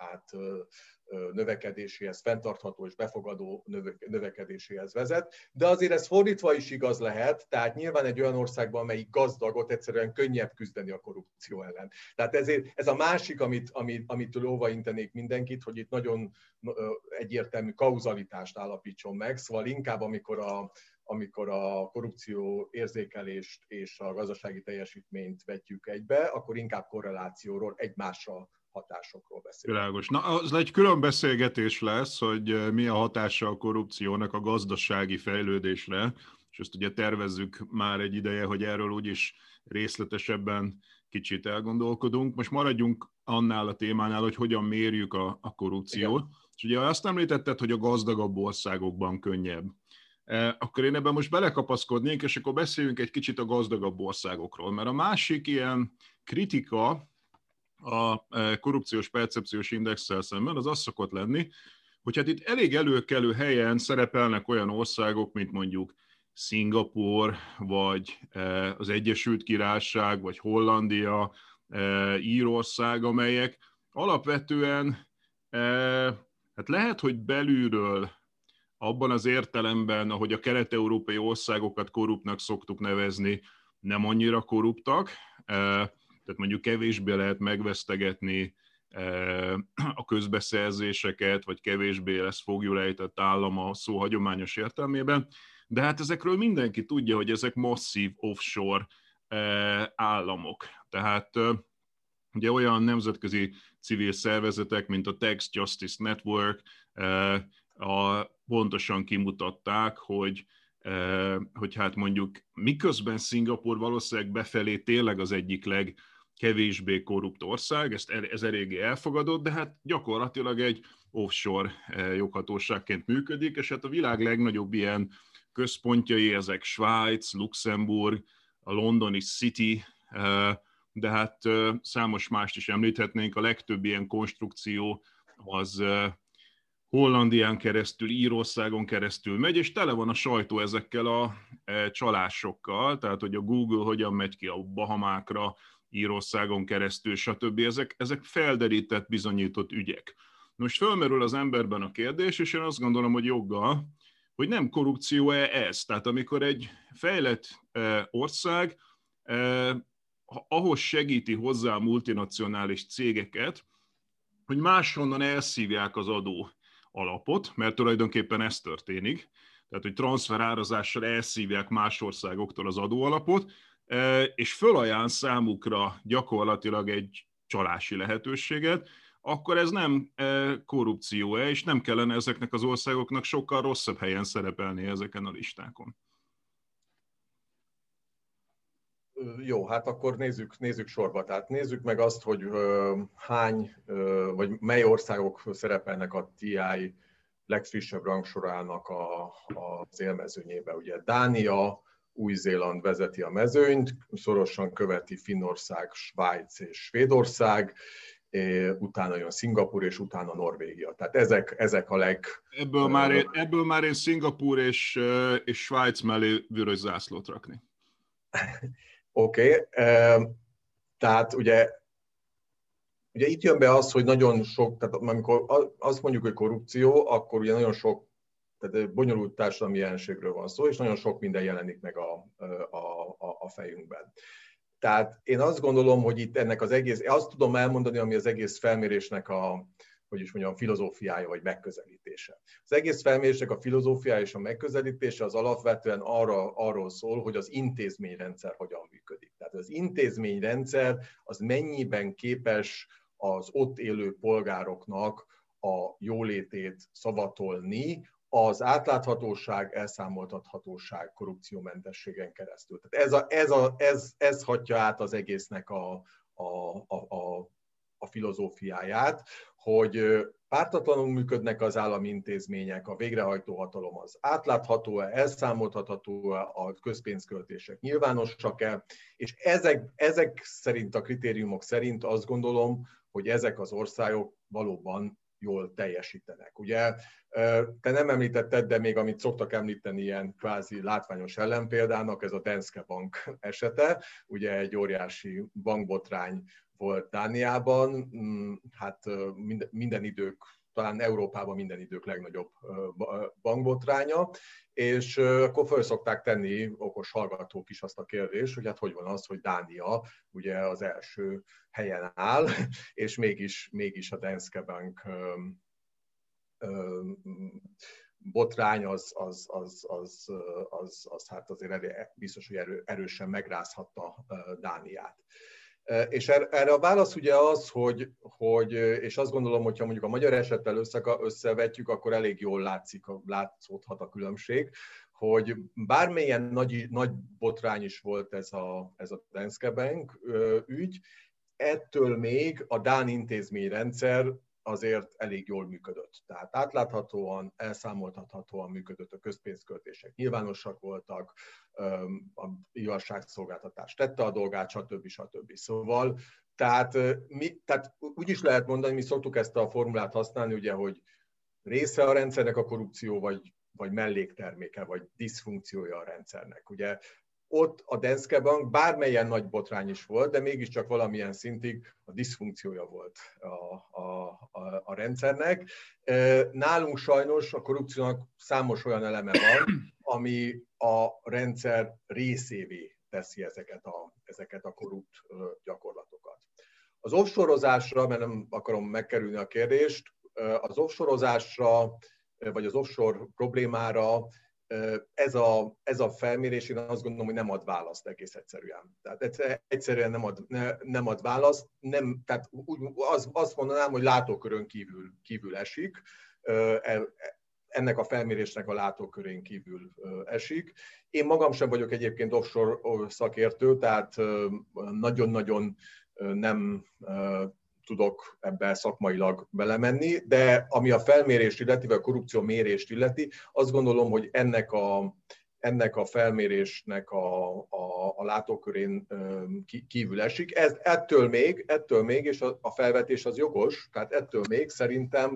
növekedéséhez, fenntartható és befogadó növekedéséhez vezet. De azért ez fordítva is igaz lehet, tehát nyilván egy olyan országban, amelyik gazdagot egyszerűen könnyebb küzdeni a korrupció ellen. Tehát ez a másik, amitől óvaintenék mindenkit, hogy itt nagyon egyértelmű kauzalitást állapítson meg, szóval inkább amikor a korrupció érzékelést és a gazdasági teljesítményt vetjük egybe, akkor inkább korrelációról, egymásra hatásokról beszélünk. Világos. Na, az egy külön beszélgetés lesz, hogy mi a hatása a korrupciónak a gazdasági fejlődésre, és ezt ugye tervezzük már egy ideje, hogy erről úgyis részletesebben kicsit elgondolkodunk. Most maradjunk annál a témánál, hogy hogyan mérjük a korrupciót. Igen. És ugye azt említetted, hogy a gazdagabb országokban könnyebb. Akkor én ebben most belekapaszkodnék, és akkor beszéljünk egy kicsit a gazdagabb országokról. Mert a másik ilyen kritika a korrupciós percepciós indexsel szemben az szokott lenni, hogy hát itt elég előkelő helyen szerepelnek olyan országok, mint mondjuk Szingapúr, vagy az Egyesült Királyság, vagy Hollandia, Írország, amelyek alapvetően hát lehet, hogy belülről abban az értelemben, ahogy a kelet-európai országokat korruptnak szoktuk nevezni, nem annyira korruptak, tehát mondjuk kevésbé lehet megvesztegetni a közbeszerzéseket, vagy kevésbé lesz foglyulejtett állam a szó hagyományos értelmében, de hát ezekről mindenki tudja, hogy ezek masszív offshore államok. Tehát ugye olyan nemzetközi civil szervezetek, mint a Tax Justice Network pontosan kimutatták, hogy hát mondjuk miközben Szingapúr valószínűleg befelé tényleg az egyik legkevésbé korrupt ország, ez eléggé elfogadott, de hát gyakorlatilag egy offshore joghatóságként működik, és hát a világ legnagyobb ilyen központjai, ezek Svájc, Luxemburg, a londoni City, de hát számos mást is említhetnénk, a legtöbb ilyen konstrukció az Hollandián keresztül, Írországon keresztül megy, és tele van a sajtó ezekkel a csalásokkal, tehát hogy a Google hogyan megy ki a Bahamákra, Írországon keresztül, stb. Ezek felderített, bizonyított ügyek. Most fölmerül az emberben a kérdés, és én azt gondolom, hogy joggal, hogy nem korrupció-e ez? Tehát amikor egy fejlett ország ahhoz segíti hozzá a multinacionális cégeket, hogy máshonnan elszívják az adó alapot, mert tulajdonképpen ez történik, tehát hogy transferárazással elszívják más országoktól az adóalapot, és fölajánl számukra gyakorlatilag egy csalási lehetőséget, akkor ez nem korrupció-e, és nem kellene ezeknek az országoknak sokkal rosszabb helyen szerepelni ezeken a listákon. Jó, hát akkor nézzük sorba. Tehát nézzük meg azt, hogy vagy mely országok szerepelnek a TI legfrissebb rangsorának az élmezőnyébe. Ugye Dánia, Új-Zéland vezeti a mezőnyt, szorosan követi Finnország, Svájc és Svédország, utána jön Szingapúr, és utána Norvégia. Tehát ezek a Ebből már én Szingapúr és Svájc mellé vörös zászlót rakni. Oké. Tehát ugye itt jön be az, hogy nagyon sok, tehát amikor azt mondjuk, hogy korrupció, akkor ugye nagyon sok, tehát bonyolult társadalmi jelenségről van szó, és nagyon sok minden jelenik meg a fejünkben. Tehát én azt gondolom, hogy itt ennek az egész, azt tudom elmondani, ami az egész felmérésnek a filozófiája vagy megközelítése. Az egész felmérésnek a filozófiája és a megközelítése az alapvetően arról szól, hogy az intézményrendszer hogyan működik. Tehát az intézményrendszer az mennyiben képes az ott élő polgároknak a jólétét szavatolni, az átláthatóság, elszámoltathatóság, korrupciómentességen keresztül. Tehát ez hatja át az egésznek a filozófiáját, hogy pártatlanul működnek az állami intézmények, a végrehajtó hatalom az átlátható-e, elszámoltatható-e, a közpénzköltések nyilvánosak-e, és ezek szerint, a kritériumok szerint azt gondolom, hogy ezek az országok valóban jól teljesítenek. Ugye te nem említetted, de még amit szoktak említeni ilyen kvázi látványos ellenpéldának, ez a Danske Bank esete, ugye egy óriási bankbotrány volt Dániában, hát minden idők, talán Európában minden idők legnagyobb bankbotránya, és akkor föl szokták tenni okos hallgatók is azt a kérdést, hogy hát hogy van az, hogy Dánia ugye az első helyen áll, és mégis a Danske Bank botrány az hát azért biztos, hogy erősen megrázhatta Dániát. És erre a válasz ugye az, hogy és azt gondolom, hogyha mondjuk a magyar esettel összevetjük, akkor elég jól látszódhat a különbség, hogy bármilyen nagy botrány is volt ez a Danske Bank ügy, ettől még a dán intézményrendszer azért elég jól működött. Tehát átláthatóan, elszámoltathatóan működött, a közpénzköltések nyilvánosak voltak, a igazságszolgáltatás tette a dolgát, stb. Szóval, tehát úgy is lehet mondani, mi szoktuk ezt a formulát használni, ugye, hogy része a rendszernek a korrupció, vagy mellékterméke, vagy diszfunkciója a rendszernek. Ugye ott a Danske Bank bármelyen nagy botrány is volt, de mégiscsak valamilyen szintig a diszfunkciója volt a rendszernek. Nálunk sajnos a korrupciónak számos olyan eleme van, ami a rendszer részévé teszi ezeket a korrupt gyakorlatokat. Az offshore-ozásra, mert nem akarom megkerülni a kérdést, az offshore-ozásra, vagy az offshore problémára ez a felmérés, én azt gondolom, hogy nem ad választ egész egyszerűen. Tehát egyszerűen nem ad választ, tehát azt mondanám, hogy látókörön kívül esik, ennek a felmérésnek a látókörén kívül esik. Én magam sem vagyok egyébként offshore szakértő, tehát nagyon-nagyon nem tudok ebbe szakmailag belemenni, de ami a felmérést illeti, vagy a korrupció mérést illeti, azt gondolom, hogy ennek a felmérésnek a látókörén kívül esik. Ettől még, és a felvetés az jogos, tehát ettől még szerintem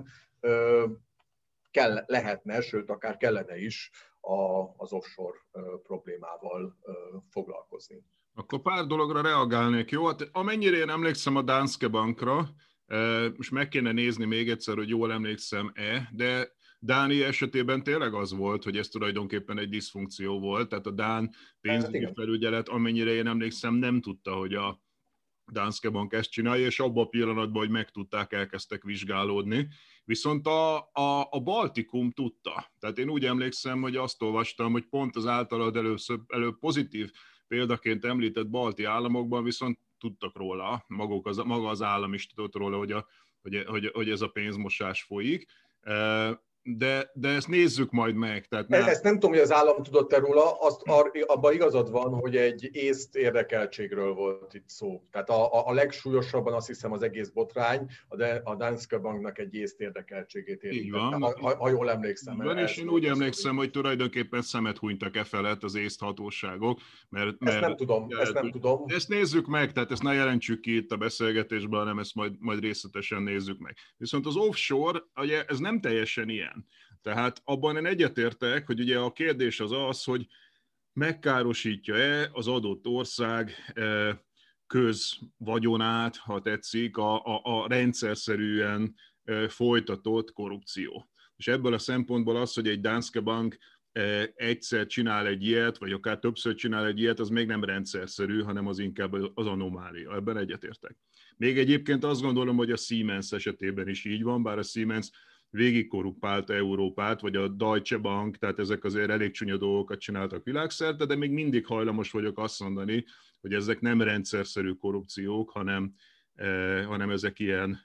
lehetne, sőt akár kellene is az offshore problémával foglalkozni. Akkor pár dologra reagálnék, jó? Hát amennyire én emlékszem a Danske Bankra, most meg kéne nézni még egyszer, hogy jól emlékszem-e, de Dánia esetében tényleg az volt, hogy ez tulajdonképpen egy diszfunkció volt, tehát a dán pénzügyi felügyelet, amennyire én emlékszem, nem tudta, hogy a Danske Bank ezt csinálja, és abban a pillanatban, hogy megtudták, elkezdtek vizsgálódni. Viszont a Baltikum tudta. Tehát én úgy emlékszem, hogy azt olvastam, hogy pont az általad előbb pozitív példaként említett balti államokban viszont tudtak róla, maga az állam is tudott róla, hogy ez a pénzmosás folyik. De ezt nézzük majd meg. Tehát Ezt nem tudom, hogy az állam tudott-e róla, abban igazad van, hogy egy észt érdekeltségről volt itt szó. Tehát a legsúlyosabban azt hiszem az egész botrány, a Danske Banknak egy észt érdekeltségét érintette, ha jól emlékszem. Van, és én úgy emlékszem, hogy tulajdonképpen szemet hunytak felett az észt hatóságok. Ezt nem tudom. Ezt nézzük meg, tehát ezt ne jelentsük ki itt a beszélgetésben, hanem ezt majd részletesen nézzük meg. Viszont az offshore, ugye ez nem teljesen ilyen. Tehát abban én egyetértek, hogy ugye a kérdés az, hogy megkárosítja-e az adott ország közvagyonát, ha tetszik, a rendszerszerűen folytatott korrupció. És ebből a szempontból az, hogy egy Danske Bank egyszer csinál egy ilyet, vagy akár többször csinál egy ilyet, az még nem rendszerszerű, hanem az inkább az anomália. Ebben egyetértek. Még egyébként azt gondolom, hogy a Siemens esetében is így van, bár a Siemens végigkorrupálta Európát, vagy a Deutsche Bank, tehát ezek azért elég csúnya dolgokat csináltak világszerte, de még mindig hajlamos vagyok azt mondani, hogy ezek nem rendszerszerű korrupciók, hanem ezek ilyen,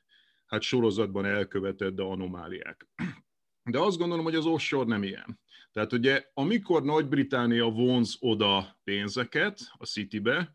hát sorozatban elkövetett anomáliák. De azt gondolom, hogy az offshore nem ilyen. Tehát ugye, amikor Nagy-Britannia vonz oda pénzeket a Citybe,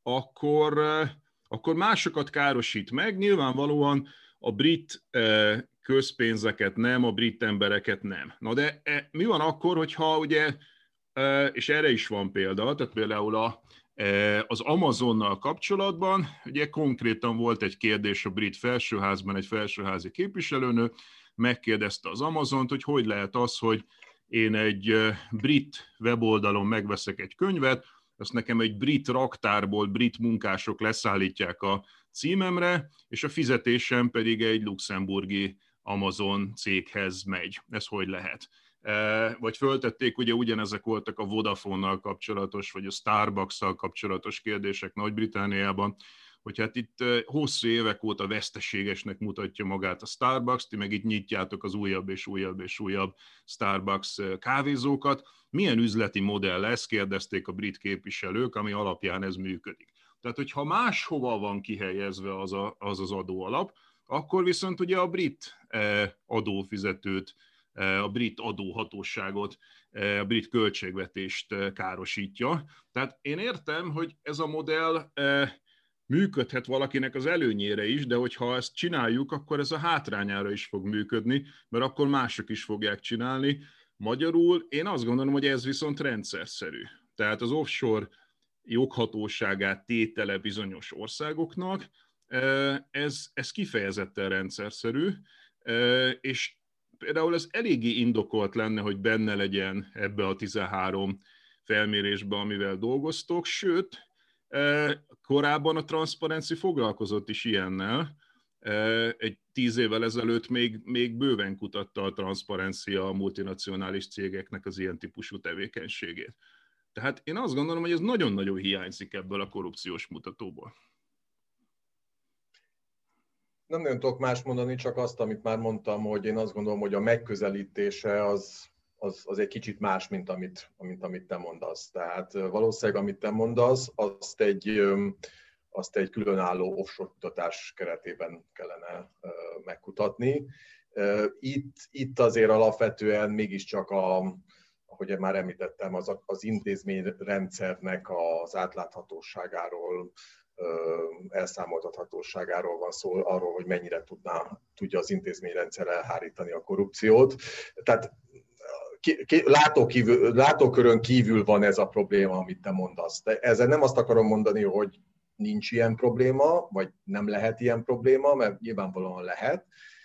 akkor másokat károsít meg, nyilvánvalóan a brit közpénzeket nem, a brit embereket nem. Na de mi van akkor, hogyha ugye, és erre is van példa, tehát például az Amazonnal kapcsolatban, ugye konkrétan volt egy kérdés a brit felsőházban, egy felsőházi képviselőnő megkérdezte az Amazont, hogy lehet az, hogy én egy brit weboldalon megveszek egy könyvet, azt nekem egy brit raktárból brit munkások leszállítják a címemre, és a fizetésem pedig egy luxemburgi Amazon céghez megy. Ez hogy lehet? Vagy föltették, ugye ugyanezek voltak a Vodafone-nal kapcsolatos, vagy a Starbucks-szal kapcsolatos kérdések Nagy-Britanniában, hogy hát itt hosszú évek óta veszteségesnek mutatja magát a Starbucks, ti meg itt nyitjátok az újabb és újabb és újabb Starbucks kávézókat. Milyen üzleti modell lesz, kérdezték a brit képviselők, ami alapján ez működik. Tehát, hogyha máshova van kihelyezve az adóalap, akkor viszont ugye a brit adófizetőt, a brit adóhatóságot, a brit költségvetést károsítja. Tehát én értem, hogy ez a modell működhet valakinek az előnyére is, de hogyha ezt csináljuk, akkor ez a hátrányára is fog működni, mert akkor mások is fogják csinálni. Magyarul én azt gondolom, hogy ez viszont rendszerszerű. Tehát az offshore joghatóságát tétele bizonyos országoknak, ez kifejezetten rendszerszerű, és például ez eléggé indokolt lenne, hogy benne legyen ebbe a 13 felmérésbe, amivel dolgoztok, sőt, korábban a Transparency foglalkozott is ilyennel. Egy 10 évvel ezelőtt még bőven kutatta a Transparency a multinacionális cégeknek az ilyen típusú tevékenységét. Tehát én azt gondolom, hogy ez nagyon-nagyon hiányzik ebből a korrupciós mutatóból. Nem nagyon tudok más mondani, csak azt, amit már mondtam, hogy én azt gondolom, hogy a megközelítése az egy kicsit más, mint amit te mondasz. Tehát valószínűleg, amit te mondasz, azt egy különálló offshore kutatás keretében kellene megkutatni. Itt azért alapvetően mégiscsak ahogy már említettem, az intézményrendszernek az átláthatóságáról, elszámoltathatóságáról van szó, arról, hogy mennyire tudja az intézményrendszer elhárítani a korrupciót. Tehát látókörön kívül van ez a probléma, amit te mondasz. De ezzel nem azt akarom mondani, hogy nincs ilyen probléma, vagy nem lehet ilyen probléma, mert nyilvánvalóan lehet,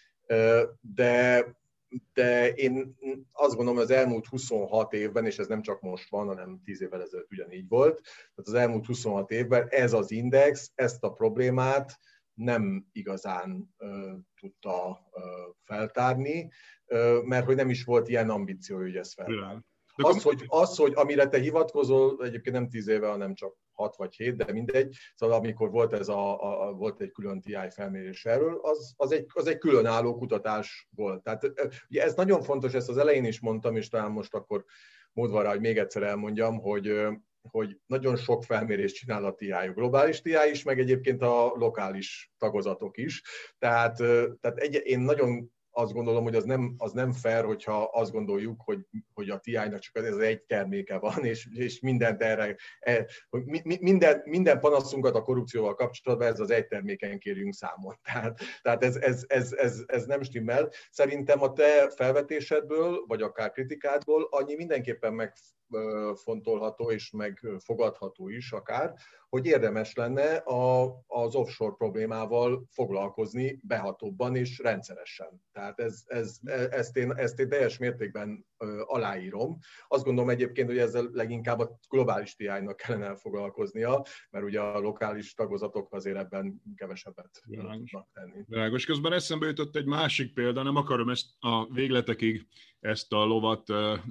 de én azt gondolom, hogy az elmúlt 26 évben, és ez nem csak most van, hanem 10 évvel ezelőtt ugyanígy volt, tehát az elmúlt 26 évben ez az index, ezt a problémát nem igazán tudta feltárni, mert hogy nem is volt ilyen ambíció, hogy ezt feltárni. Az, hogy amire te hivatkozol, egyébként nem 10 éve, hanem csak 6 vagy 7, de mindegy, szóval amikor volt volt egy külön TI felmérés erről, az egy különálló kutatás volt. Tehát ugye ez nagyon fontos, ezt az elején is mondtam, és talán most akkor mód van rá, hogy még egyszer elmondjam, hogy nagyon sok felmérést csinál a TI, a globális TI is, meg egyébként a lokális tagozatok is. Tehát én nagyon azt gondolom, hogy az nem fair, hogyha azt gondoljuk, hogy a TI-nak csak ez egy terméke van, és mindent erre, hogy minden panaszunkat a korrupcióval kapcsolatban ez az egy terméken kérjünk számon. Tehát ez nem stimmel. Szerintem a te felvetésedből, vagy akár kritikádból annyi mindenképpen megfontolható és megfogadható is akár, hogy érdemes lenne az offshore problémával foglalkozni behatóbban és rendszeresen. Tehát ezt én teljes mértékben aláírom. Azt gondolom egyébként, hogy ezzel leginkább a globális TI-nak kellene foglalkoznia, mert ugye a lokális tagozatok azért ebben kevesebbet tudnak tenni. Világos. Közben eszembe jutott egy másik példa, nem akarom ezt a végletekig ezt a lovat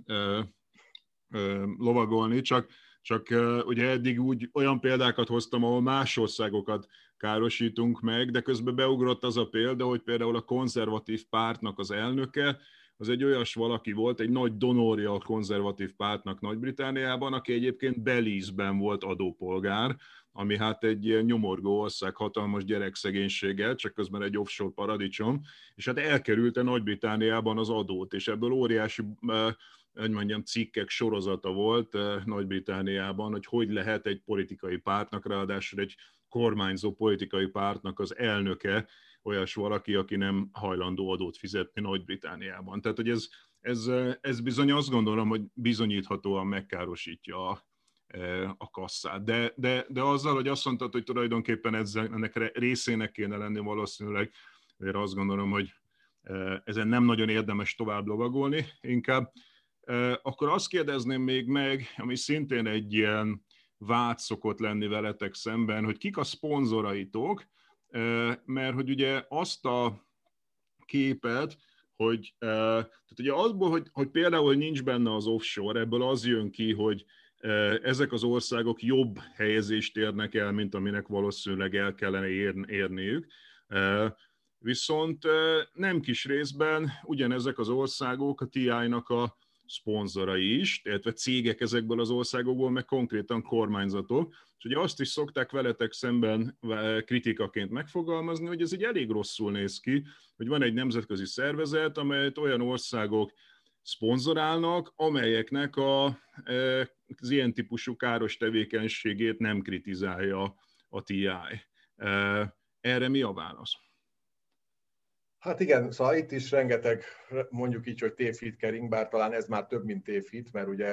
lovagolni, csak ugye eddig olyan példákat hoztam, ahol más országokat károsítunk meg, de közben beugrott az a példa, hogy például a konzervatív pártnak az elnöke, az egy olyas valaki volt, egy nagy donorja a konzervatív pártnak Nagy-Britanniában, aki egyébként Belize-ben volt adópolgár, ami hát egy ilyen nyomorgó ország hatalmas gyerekszegénységgel, csak közben egy offshore paradicsom, és hát elkerülte Nagy-Britanniában az adót, és ebből óriási hogy mondjam, cikkek sorozata volt Nagy-Britanniában, hogy lehet egy politikai pártnak, ráadásul egy kormányzó politikai pártnak az elnöke olyas valaki, aki nem hajlandó adót fizetni Nagy-Britanniában. Tehát, hogy ez bizony azt gondolom, hogy bizonyíthatóan megkárosítja a kasszát. De azzal, hogy azt mondtad, hogy tulajdonképpen ennek részének kéne lenni valószínűleg, mert azt gondolom, hogy ezen nem nagyon érdemes tovább lovagolni, inkább. Akkor azt kérdezném még meg, ami szintén egy ilyen vád szokott lenni veletek szemben, hogy kik a szponzoraitok, mert hogy ugye azt a képet, hogy, tehát ugye abból, hogy például nincs benne az offshore, ebből az jön ki, hogy ezek az országok jobb helyezést érnek el, mint aminek valószínűleg el kellene érniük. Viszont nem kis részben ugyanezek az országok a TI-nak a szponzorai is, illetve cégek ezekből az országokból, meg konkrétan kormányzatok. És ugye azt is szokták veletek szemben kritikaként megfogalmazni, hogy ez így elég rosszul néz ki, hogy van egy nemzetközi szervezet, amelyet olyan országok szponzorálnak, amelyeknek az ilyen típusú káros tevékenységét nem kritizálja a TI. Erre mi a válasz? Hát igen, szóval itt is rengeteg, mondjuk így, hogy tévhit kering, bár talán ez már több, mint tévhit, mert ugye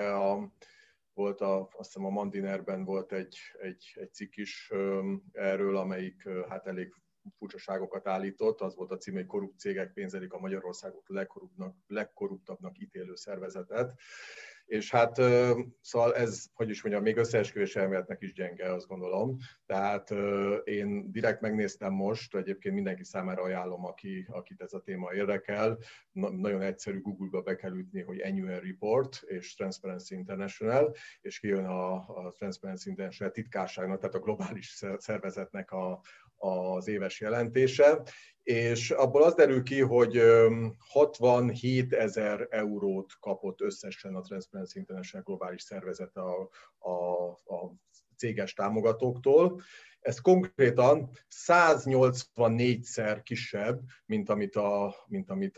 azt hiszem a Mandinerben volt egy cikk is erről, amelyik hát elég furcsaságokat állított, az volt a cím, hogy korrupt cégek pénzelik a Magyarországot legkorruptabbnak ítélő szervezetet. És hát szóval ez, hogy is mondjam, még összeesküvés elméletnek is gyenge, azt gondolom. Tehát én direkt megnéztem most, egyébként mindenki számára ajánlom, akit ez a téma érdekel. Nagyon egyszerű, Google-ba be kell ütni, hogy Annual Report és Transparency International, és kijön a Transparency International titkárságnak, tehát a globális szervezetnek az éves jelentése, és abból az derül ki, hogy 67 000 eurót kapott összesen a Transparency International globális szervezete a céges támogatóktól. Ez konkrétan 184-szer kisebb, mint amit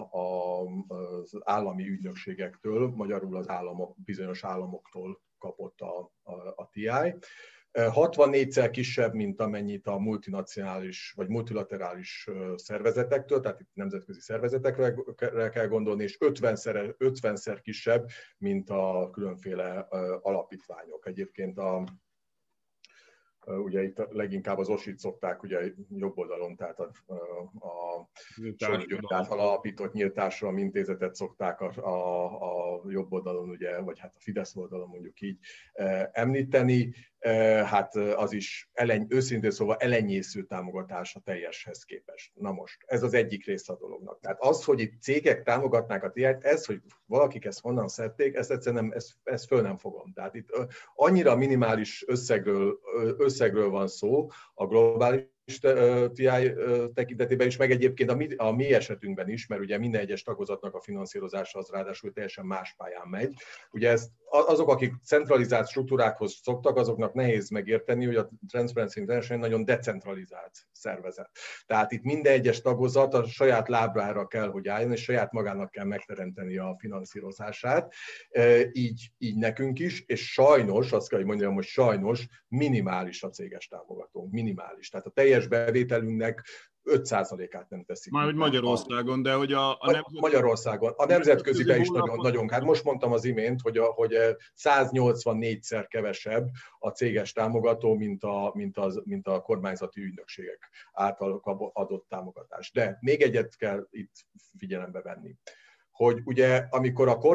az állami ügynökségektől, magyarul az bizonyos államoktól kapott a TI. 64-szer kisebb, mint amennyit a multinacionális vagy multilaterális szervezetektől, tehát itt nemzetközi szervezetekre kell gondolni, és 50-szer kisebb, mint a különféle alapítványok. Egyébként ugye itt leginkább az OSIT szokták ugye jobb oldalon, tehát a Soros György által alapított Nyílt Társadalom Intézetet szokták a jobb oldalon, ugye, vagy hát a Fidesz oldalon mondjuk így említeni. Hát az is őszintén szóval elenyésző támogatás a teljeshez képest. Na most, ez az egyik része a dolognak. Tehát az, hogy itt cégek támogatnák a TI-t, ez, hogy valakik ezt honnan szedték, ezt egyszerűen ezt föl nem fogom. Tehát itt annyira minimális összegről van szó a globális TI tekintetében is, meg egyébként a mi esetünkben is, mert ugye minden egyes tagozatnak a finanszírozása az ráadásul teljesen más pályán megy. Ugye azok, akik centralizált struktúrákhoz szoktak, azoknak nehéz megérteni, hogy a Transparency International nagyon decentralizált szervezet. Tehát itt minden egyes tagozat a saját lábára kell, hogy álljon, és saját magának kell megteremteni a finanszírozását. Így nekünk is, és sajnos, azt kell, hogy mondjam, hogy sajnos minimális a céges támogatónk, minimális. Tehát a teljes bevételünknek 5%-át nem teszik. Már hogy Magyarországon, de hogy Magyarországon. A nemzetköziben is nagyon. Hát most mondtam az imént, hogy 184-szer kevesebb a céges támogató, mint a kormányzati ügynökségek által adott támogatás. De még egyet kell itt figyelembe venni, hogy ugye amikor a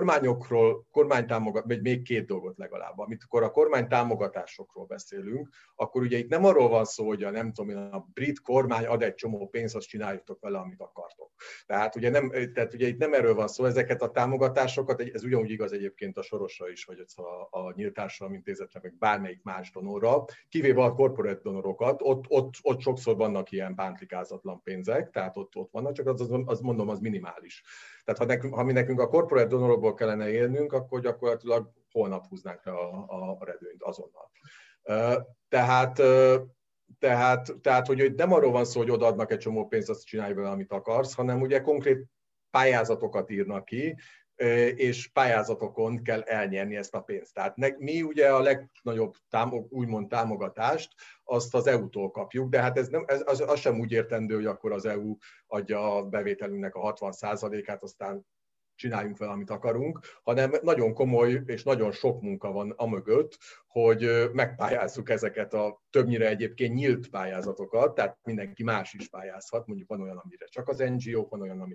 vagy még két dolgot legalább, amikor a kormánytámogatásokról beszélünk, akkor ugye itt nem arról van szó, hogy a brit kormány ad egy csomó pénzt, azt csináljátok vele, amit akartok. Tehát ugye itt nem erről van szó, ezeket a támogatásokat, ez ugyanúgy igaz egyébként a Sorosra is, vagy a Nyílt Társadalom Intézetre, meg bármelyik más donorra, kivéve a corporate donorokat, ott sokszor vannak ilyen pántlikázatlan pénzek, tehát ott vannak, csak az mondom, az minimális. Tehát ha mi nekünk a corporate donorokból kellene élnünk, akkor gyakorlatilag holnap húznánk le a redőnyt azonnal. Tehát, hogy nem arról van szó, hogy odaadnak egy csomó pénzt, azt csinálj vele, amit akarsz, hanem ugye konkrét pályázatokat írnak ki, és pályázatokon kell elnyerni ezt a pénzt. Tehát mi ugye a legnagyobb úgymond támogatást azt az EU-tól kapjuk, de hát az sem úgy értendő, hogy akkor az EU adja a bevételünknek a 60%-át, aztán csináljunk vele, amit akarunk, hanem nagyon komoly és nagyon sok munka van amögött, hogy megpályázzuk ezeket a többnyire egyébként nyílt pályázatokat, tehát mindenki más is pályázhat, mondjuk van olyan, amire csak az NGO-k, van olyan,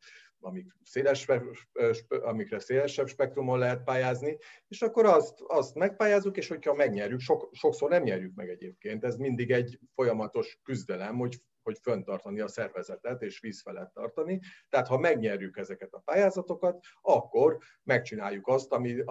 amikre szélesebb spektrumon lehet pályázni, és akkor azt megpályázzuk, és hogyha megnyerjük, sokszor nem nyerjük meg egyébként, ez mindig egy folyamatos küzdelem, hogy föntartani a szervezetet és víz felett tartani. Tehát ha megnyerjük ezeket a pályázatokat, akkor megcsináljuk azt,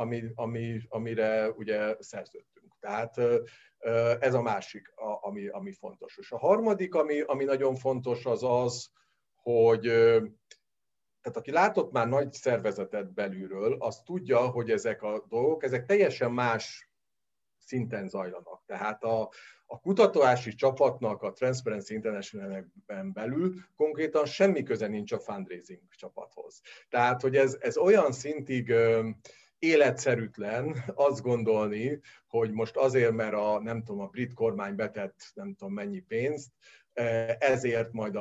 amire ugye szerződtünk. Tehát ez a másik, ami fontos. És a harmadik, ami nagyon fontos, az, hogy tehát aki látott már nagy szervezetet belülről, az tudja, hogy ezek a dolgok, ezek teljesen más szinten zajlanak. Tehát a kutatási csapatnak a Transparency International-ben belül konkrétan semmi köze nincs a fundraising csapathoz. Tehát, hogy ez olyan szintig életszerűtlen azt gondolni, hogy most azért, mert a brit kormány betett nem tudom mennyi pénzt, ezért majd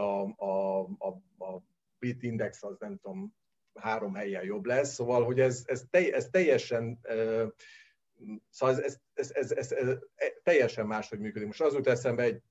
a brit index az nem tudom 3 helyen jobb lesz. Szóval, hogy ez teljesen szóval ez teljesen máshogy működik. Most az jut eszembe egy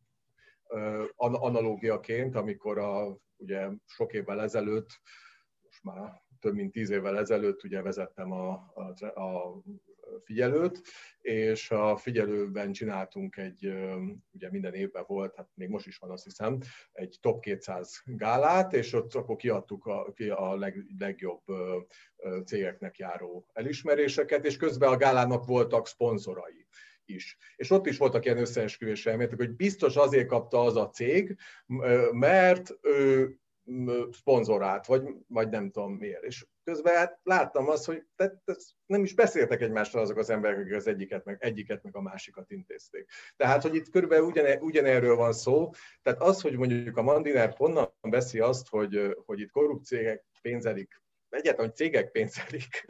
analógiaként, amikor ugye sok évvel ezelőtt, most már több mint 10 évvel ezelőtt ugye vezettem a figyelőt, és a figyelőben csináltunk ugye minden évben volt, hát még most is van azt hiszem, egy top 200 gálát, és ott akkor kiadtuk a legjobb cégeknek járó elismeréseket, és közben a gálának voltak szponzorai is. És ott is voltak ilyen összeesküvés elméletek, hogy biztos azért kapta az a cég, mert ő szponzorált, vagy nem tudom miért. És közben hát láttam azt, hogy nem is beszéltek egymással azok az emberek, akik az egyiket meg a másikat intézték. Tehát, hogy itt körülbelül ugyanerről van szó. Tehát az, hogy mondjuk a Mandiner honnan veszi azt, hogy itt korrupt cégek pénzelik, egyáltalán, hogy cégek pénzelik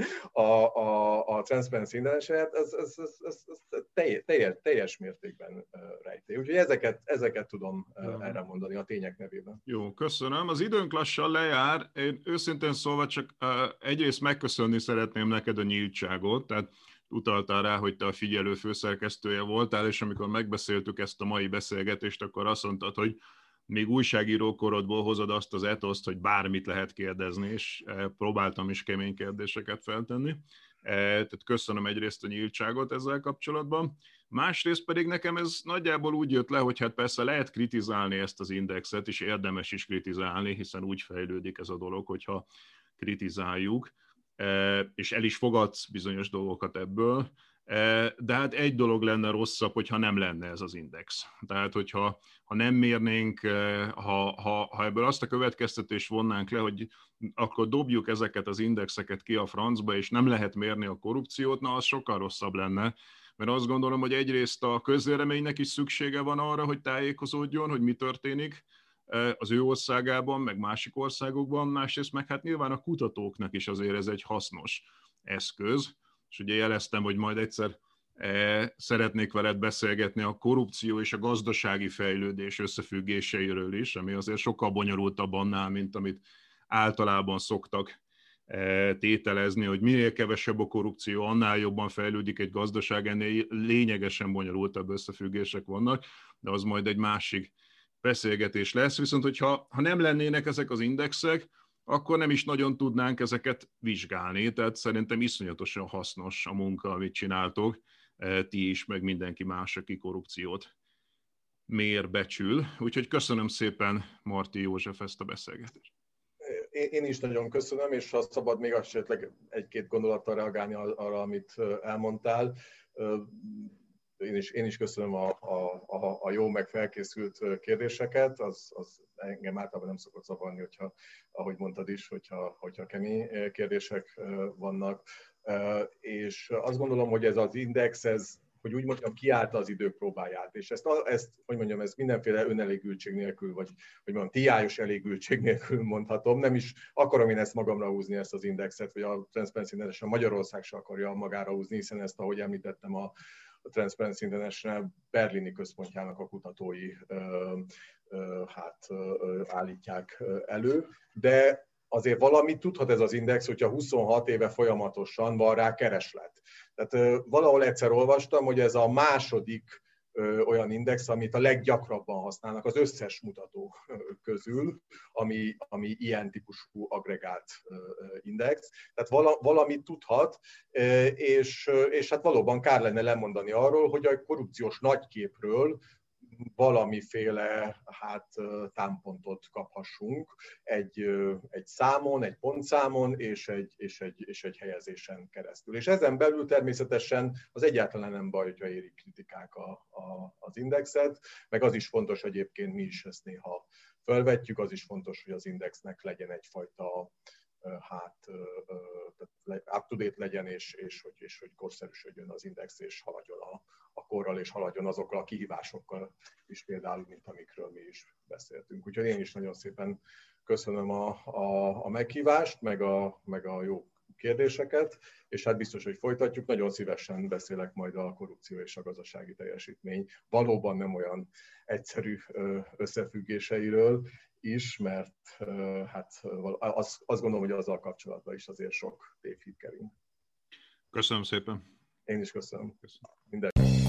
a Transparency International-et, az teljes mértékben rejtély. Úgyhogy ezeket tudom erre mondani a tények nevében. Jó, köszönöm. Az időnk lassan lejár. Én őszintén szólva csak egyrészt megköszönni szeretném neked a nyíltságot, tehát utaltál rá, hogy te a Figyelő főszerkesztője voltál, és amikor megbeszéltük ezt a mai beszélgetést, akkor azt mondtad, hogy még újságírókorodból hozod azt az etoszt, hogy bármit lehet kérdezni, és próbáltam is kemény kérdéseket feltenni. Tehát köszönöm egyrészt a nyíltságot ezzel kapcsolatban. Másrészt pedig nekem ez nagyjából úgy jött le, hogy hát persze lehet kritizálni ezt az indexet, és érdemes is kritizálni, hiszen úgy fejlődik ez a dolog, hogyha kritizáljuk, és el is fogadsz bizonyos dolgokat ebből, de hát egy dolog lenne rosszabb, hogyha nem lenne ez az index. Tehát, hogyha nem mérnénk, ha ebből azt a következtetést vonnánk le, hogy akkor dobjuk ezeket az indexeket ki a francba, és nem lehet mérni a korrupciót, na az sokkal rosszabb lenne, mert azt gondolom, hogy egyrészt a közvéleménynek is szüksége van arra, hogy tájékozódjon, hogy mi történik az ő országában, meg másik országokban, másrészt meg hát nyilván a kutatóknak is azért ez egy hasznos eszköz, és ugye jeleztem, hogy majd egyszer szeretnék veled beszélgetni a korrupció és a gazdasági fejlődés összefüggéseiről is, ami azért sokkal bonyolultabb annál, mint amit általában szoktak tételezni, hogy minél kevesebb a korrupció, annál jobban fejlődik egy gazdaság, ennél lényegesen bonyolultabb összefüggések vannak, de az majd egy másik beszélgetés lesz. Viszont, hogyha nem lennének ezek az indexek, akkor nem is nagyon tudnánk ezeket vizsgálni, tehát szerintem iszonyatosan hasznos a munka, amit csináltok, ti is, meg mindenki más, aki korrupciót mér, becsül. Úgyhogy köszönöm szépen, Marti József, ezt a beszélgetést. Én is nagyon köszönöm, és ha szabad még esetleg egy-két gondolattal reagálni arra, amit elmondtál. Én is köszönöm a jó, meg felkészült kérdéseket, az engem általában nem szokott zavarni, hogyha, ahogy mondtad is, hogyha kemény kérdések vannak. És azt gondolom, hogy ez az index, ez úgy mondjam, kiállta az idők próbáját. És ezt hogy mondjam, ez mindenféle önelégültség nélkül, vagy mondjam, TI-os elégültség nélkül mondhatom. Nem is akarom én ezt magamra húzni, ezt az indexet, vagy a Transparency International Magyarország se akarja magára húzni, hiszen ezt, ahogy említettem, a Transparency International berlini központjának a kutatói állítják elő, de azért valamit tudhat ez az index, hogyha 26 éve folyamatosan van rá kereslet. Tehát valahol egyszer olvastam, hogy ez a második olyan index, amit a leggyakrabban használnak az összes mutató közül, ami ilyen típusú agregált index. Tehát valamit tudhat, és hát valóban kár lenne lemondani arról, hogy a korrupciós nagyképről valamiféle támpontot kaphassunk egy számon, egy pontszámon és egy helyezésen keresztül. És ezen belül természetesen az egyáltalán nem baj, hogyha érik kritikák az indexet, meg az is fontos egyébként, mi is ezt néha felvetjük, az is fontos, hogy az indexnek legyen egyfajta up-to-date legyen, és hogy korszerűsödjön az index, és haladjon a korral, és haladjon azokkal a kihívásokkal is, például, mint amikről mi is beszéltünk. Úgyhogy én is nagyon szépen köszönöm a meghívást, meg a jó kérdéseket, és hát biztos, hogy folytatjuk. Nagyon szívesen beszélek majd a korrupció és a gazdasági teljesítmény valóban nem olyan egyszerű összefüggéseiről is, mert azt gondolom, hogy azzal kapcsolatban is azért sok tévhit kering. Köszönöm szépen. Én is köszönöm. Minden.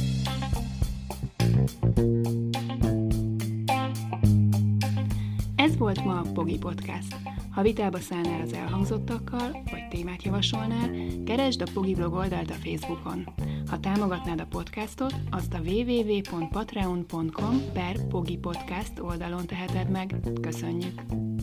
Ez volt ma a Pogi Podcast. Ha vitába szállnál az elhangzottakkal, vagy témát javasolnál, keresd a Pogi blog oldalt a Facebookon. Ha támogatnád a podcastot, azt a www.patreon.com/Pogi Podcast oldalon teheted meg. Köszönjük!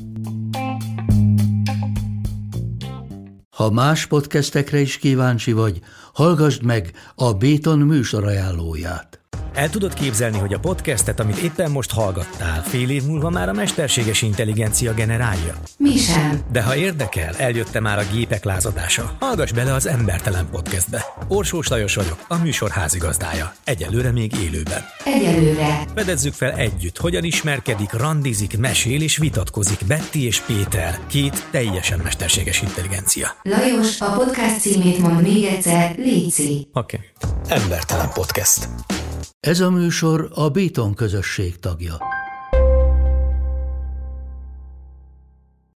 Ha más podcastekre is kíváncsi vagy, hallgassd meg a Béton műsor ajánlóját. El tudod képzelni, hogy a podcastet, amit éppen most hallgattál, fél év múlva már a mesterséges intelligencia generálja? Mi sem. De ha érdekel, eljött már a gépek lázadása. Hallgass bele az Embertelen Podcastbe. Orsós Lajos vagyok, a műsor házigazdája. Egyelőre még élőben. Egyelőre. Fedezzük fel együtt, hogyan ismerkedik, randizik, mesél és vitatkozik Betty és Péter, két teljesen mesterséges intelligencia. Lajos, a podcast címét mondd még egyszer, léci. Oké. Embertelen Podcast. Ez a műsor a Béton közösség tagja.